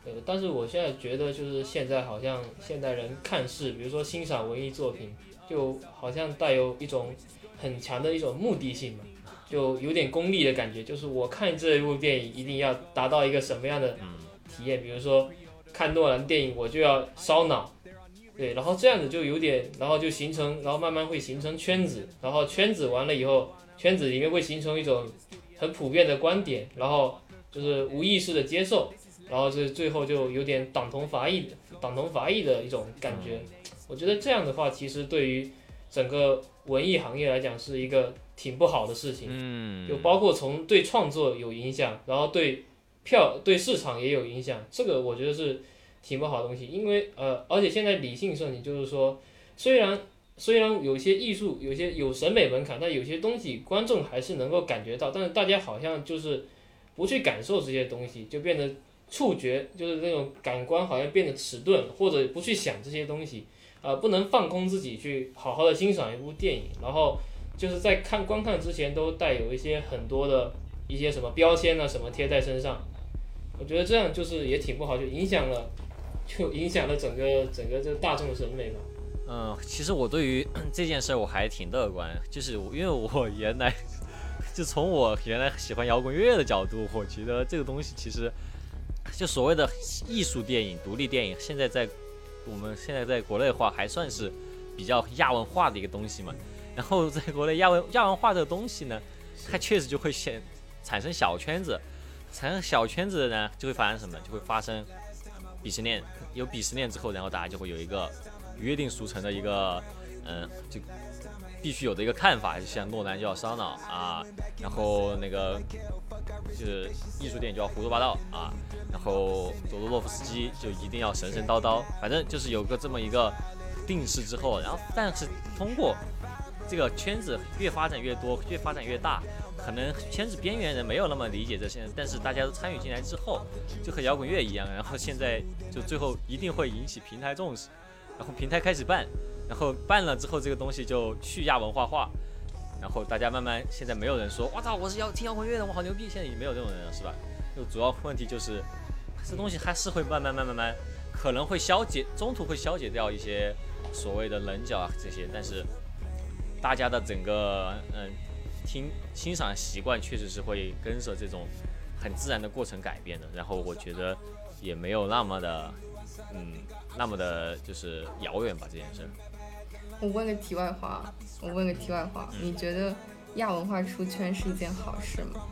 呃，但是我现在觉得，就是现在好像现代人看事，比如说欣赏文艺作品，就好像带有一种很强的一种目的性嘛，就有点功利的感觉。就是我看这一部电影一定要达到一个什么样的体验，比如说看诺兰电影我就要烧脑，对，然后这样子就有点，然后就形成，然后慢慢会形成圈子，然后圈子完了以后，圈子里面会形成一种很普遍的观点，然后就是无意识的接受。然后这最后就有点党同伐异、党同伐异的一种感觉。我觉得这样的话，其实对于整个文艺行业来讲是一个挺不好的事情。 嗯， 就包括从对创作有影响，然后对票、对市场也有影响。这个我觉得是挺不好的东西，因为呃，而且现在理性盛行，就是说，虽然虽然有些艺术、有些有审美门槛，但有些东西观众还是能够感觉到，但是大家好像就是不去感受这些东西，就变得。触觉就是那种感官好像变得迟钝，或者不去想这些东西，呃，不能放空自己去好好的欣赏一部电影，然后就是在看观看之前都带有一些很多的一些什么标签啊什么贴在身上，我觉得这样就是也挺不好，就影响了，就影响了整个整个这大众的审美吧。 嗯，其实我对于这件事我还挺乐观，就是因为我原来就从我原来喜欢摇滚乐的角度，我觉得这个东西其实。就所谓的艺术电影、独立电影，现在在我们现在在国内的话，还算是比较亚文化的一个东西嘛。然后在国内亚文亚文化这个东西呢，它确实就会显产生小圈子，产生小圈子呢，就会发生什么？就会发生鄙视链。有鄙视链之后，然后大家就会有一个约定俗成的一个，嗯，就必须有的一个看法，就像诺兰就要烧脑啊，然后那个就是艺术电影就要胡说八道啊。然后佐多洛夫斯基就一定要神神叨叨，反正就是有个这么一个定式之后，然后但是通过这个圈子越发展越多，越发展越大，可能圈子边缘人没有那么理解这些，但是大家都参与进来之后，就和摇滚乐一样，然后现在就最后一定会引起平台重视，然后平台开始办，然后办了之后这个东西就去亚文化化，然后大家慢慢现在没有人说我操我是要听摇滚乐的我好牛逼，现在也没有这种人了，是吧？就主要问题就是这东西还是会慢慢慢慢慢可能会消解，中途会消解掉一些所谓的棱角啊这些，但是大家的整个嗯听欣赏习惯确实是会跟着这种很自然的过程改变的，然后我觉得也没有那么的嗯那么的就是遥远吧这件事。 我问个题外话，我问个题外话，嗯、你觉得亚文化出圈是一件好事吗？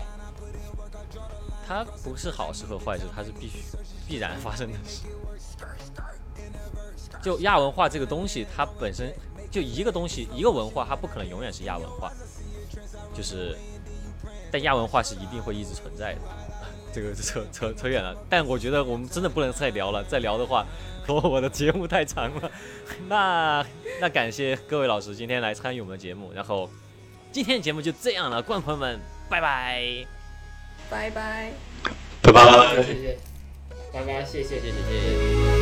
它不是好事和坏事，它是必须必然发生的事。就亚文化这个东西，它本身就一个东西，一个文化，它不可能永远是亚文化，就是，但亚文化是一定会一直存在的。这个扯扯扯远了，但我觉得我们真的不能再聊了，再聊的话，我我的节目太长了。那那感谢各位老师今天来参与我们的节目，然后今天的节目就这样了，观众朋友们，拜拜。 拜拜， 拜拜， 谢谢，拜拜，谢谢， 谢谢，谢谢。